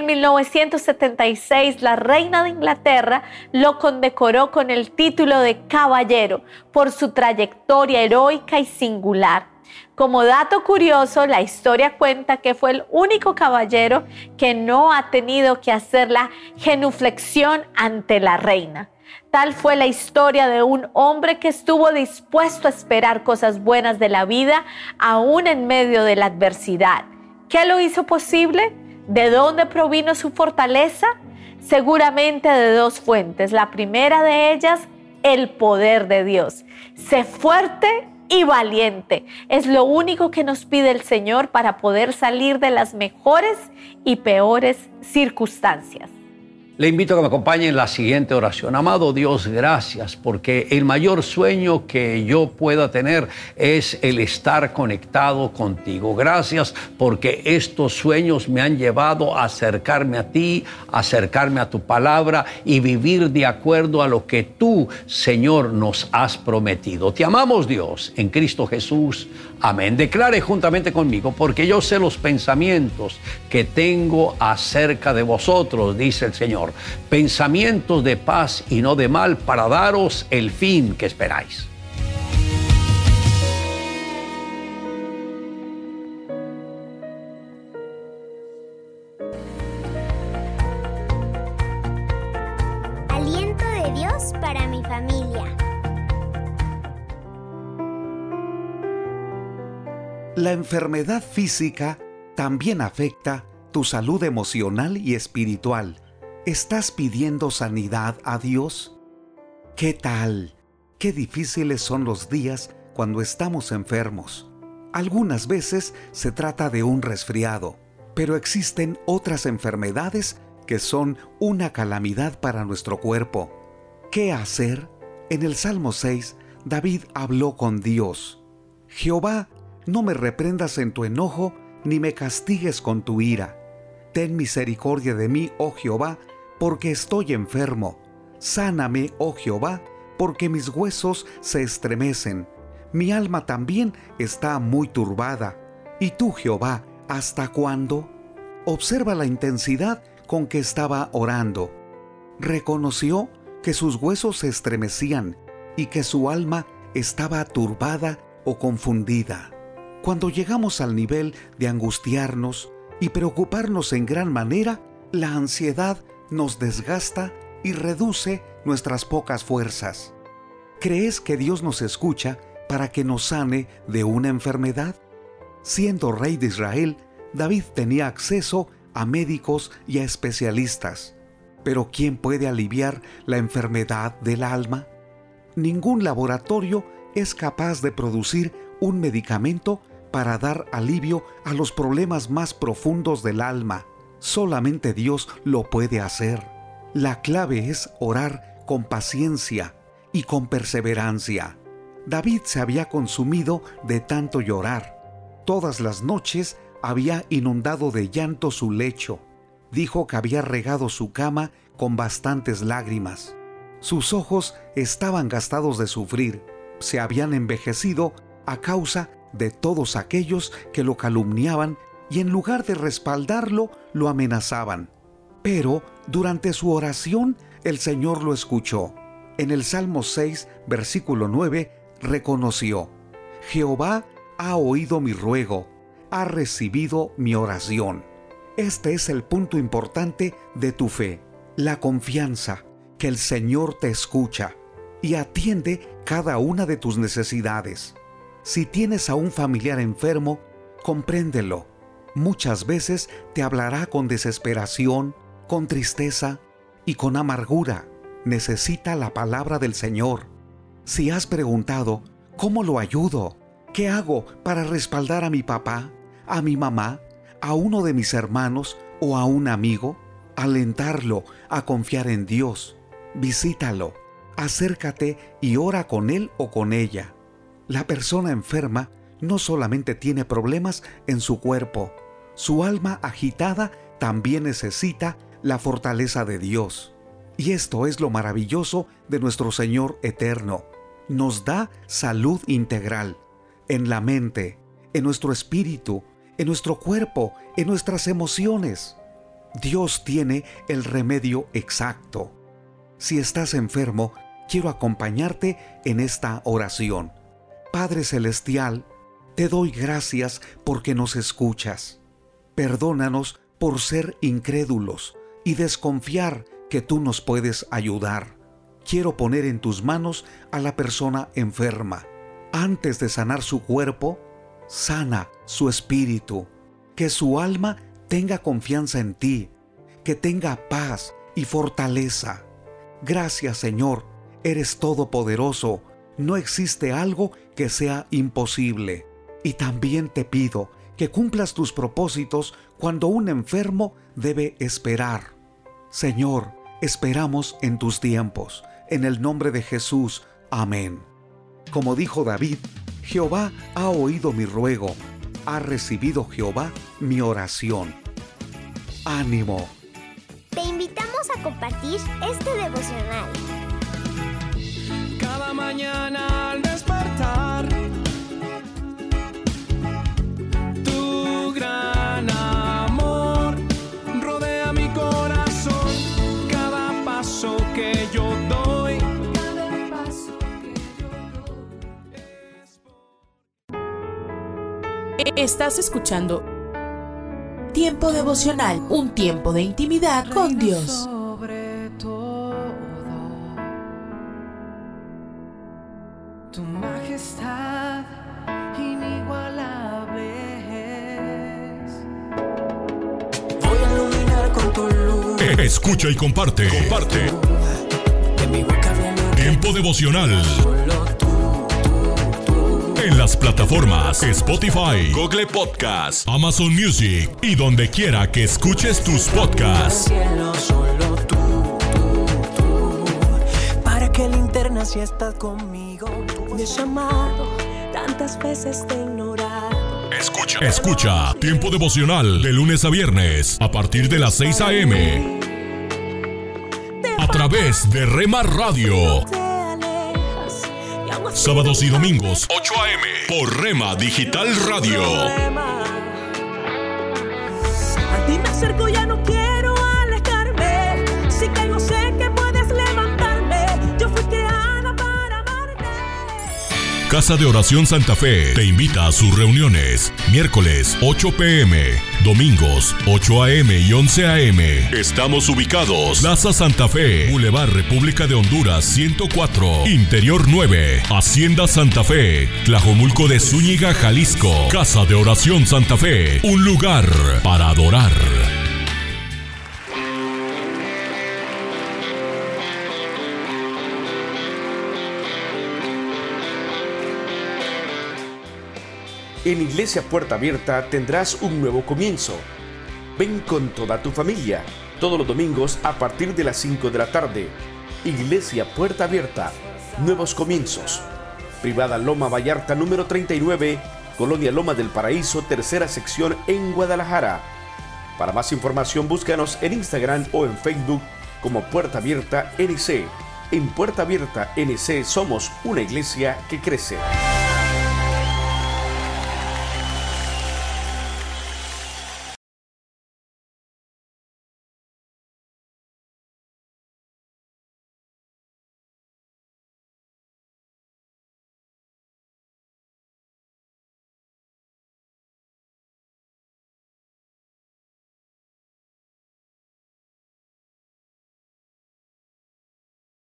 1976, la reina de Inglaterra lo condecoró con el título de caballero por su trayectoria heroica y singular. Como dato curioso, la historia cuenta que fue el único caballero que no ha tenido que hacer la genuflexión ante la reina. Tal fue la historia de un hombre que estuvo dispuesto a esperar cosas buenas de la vida, aún en medio de la adversidad. ¿Qué lo hizo posible? ¿De dónde provino su fortaleza? Seguramente de 2 fuentes. La primera de ellas, el poder de Dios. Sé fuerte y valiente. Es lo único que nos pide el Señor para poder salir de las mejores y peores circunstancias. Le invito a que me acompañe en la siguiente oración. Amado Dios, gracias, porque el mayor sueño que yo pueda tener es el estar conectado contigo. Gracias porque estos sueños me han llevado a acercarme a ti, acercarme a tu palabra y vivir de acuerdo a lo que tú, Señor, nos has prometido. Te amamos, Dios, en Cristo Jesús. Amén. Declare juntamente conmigo: porque yo sé los pensamientos que tengo acerca de vosotros, dice el Señor, pensamientos de paz y no de mal, para daros el fin que esperáis. Aliento de Dios para mi familia. La enfermedad física también afecta tu salud emocional y espiritual. ¿Estás pidiendo sanidad a Dios? ¿Qué tal? Qué difíciles son los días cuando estamos enfermos. Algunas veces se trata de un resfriado, pero existen otras enfermedades que son una calamidad para nuestro cuerpo. ¿Qué hacer? En el Salmo 6, David habló con Dios. Jehová, no me reprendas en tu enojo, ni me castigues con tu ira. Ten misericordia de mí, oh Jehová, porque estoy enfermo. Sáname, oh Jehová, porque mis huesos se estremecen. Mi alma también está muy turbada. ¿Y tú, Jehová, hasta cuándo? Observa la intensidad con que estaba orando. Reconoció que sus huesos se estremecían y que su alma estaba turbada o confundida. Cuando llegamos al nivel de angustiarnos y preocuparnos en gran manera, la ansiedad nos desgasta y reduce nuestras pocas fuerzas. ¿Crees que Dios nos escucha para que nos sane de una enfermedad? Siendo rey de Israel, David tenía acceso a médicos y a especialistas. Pero ¿quién puede aliviar la enfermedad del alma? Ningún laboratorio es capaz de producir un medicamento para dar alivio a los problemas más profundos del alma. Solamente Dios lo puede hacer. La clave es orar con paciencia y con perseverancia. David se había consumido de tanto llorar. Todas las noches había inundado de llanto su lecho. Dijo que había regado su cama con bastantes lágrimas. Sus ojos estaban gastados de sufrir. Se habían envejecido a causa de todos aquellos que lo calumniaban y en lugar de respaldarlo, lo amenazaban. Pero durante su oración, el Señor lo escuchó. En el Salmo 6, versículo 9, reconoció: Jehová ha oído mi ruego, ha recibido mi oración. Este es el punto importante de tu fe, la confianza que el Señor te escucha y atiende cada una de tus necesidades. Si tienes a un familiar enfermo, compréndelo. Muchas veces te hablará con desesperación, con tristeza y con amargura. Necesita la palabra del Señor. Si has preguntado, ¿cómo lo ayudo? ¿Qué hago para respaldar a mi papá, a mi mamá, a uno de mis hermanos o a un amigo? Alentarlo a confiar en Dios. Visítalo, acércate y ora con él o con ella. La persona enferma no solamente tiene problemas en su cuerpo, su alma agitada también necesita la fortaleza de Dios. Y esto es lo maravilloso de nuestro Señor eterno. Nos da salud integral, en la mente, en nuestro espíritu, en nuestro cuerpo, en nuestras emociones. Dios tiene el remedio exacto. Si estás enfermo, quiero acompañarte en esta oración. Padre Celestial, te doy gracias porque nos escuchas. Perdónanos por ser incrédulos y desconfiar que tú nos puedes ayudar. Quiero poner en tus manos a la persona enferma. Antes de sanar su cuerpo, sana su espíritu. Que su alma tenga confianza en ti, que tenga paz y fortaleza. Gracias, Señor, eres todopoderoso. No existe algo que sea imposible. Y también te pido que cumplas tus propósitos cuando un enfermo debe esperar. Señor, esperamos en tus tiempos. En el nombre de Jesús. Amén. Como dijo David, Jehová ha oído mi ruego. Ha recibido Jehová mi oración. ¡Ánimo! Te invitamos a compartir este devocional. Cada mañana al despertar, tu gran amor rodea mi corazón. Cada paso que yo doy, Estás escuchando Tiempo Devocional, un tiempo de intimidad con Dios. Sobre todo, tu majestad inigualable es. Voy a iluminar con tu luz. Escucha y comparte. Tiempo Devocional. En las plataformas Spotify, Google Podcast, Amazon Music y donde quiera que escuches tus podcasts. Solo tú, para que linterna si estás conmigo. Me has llamado, tantas veces te he ignorado. Escucha Tiempo Devocional de lunes a viernes a partir de las 6 a.m. a través de Rema Radio. Sábados y domingos, 8 a.m. por Rema Digital Radio. A ti me acerco, ya no quiero alejarme. Si caigo, sé que puedes levantarme. Yo fui creada para amarte. Casa de Oración Santa Fe te invita a sus reuniones. Miércoles 8 p.m., domingos 8 a.m. y 11 a.m. Estamos ubicados: Plaza Santa Fe, Boulevard República de Honduras 104, Interior 9, Hacienda Santa Fe, Tlajomulco de Zúñiga, Jalisco. Casa de Oración Santa Fe, un lugar para adorar. En Iglesia Puerta Abierta tendrás un nuevo comienzo. Ven con toda tu familia, todos los domingos a partir de las 5 de la tarde. Iglesia Puerta Abierta, nuevos comienzos. Privada Loma Vallarta número 39, Colonia Loma del Paraíso, tercera sección en Guadalajara. Para más información búscanos en Instagram o en Facebook como Puerta Abierta NC. En Puerta Abierta NC somos una iglesia que crece.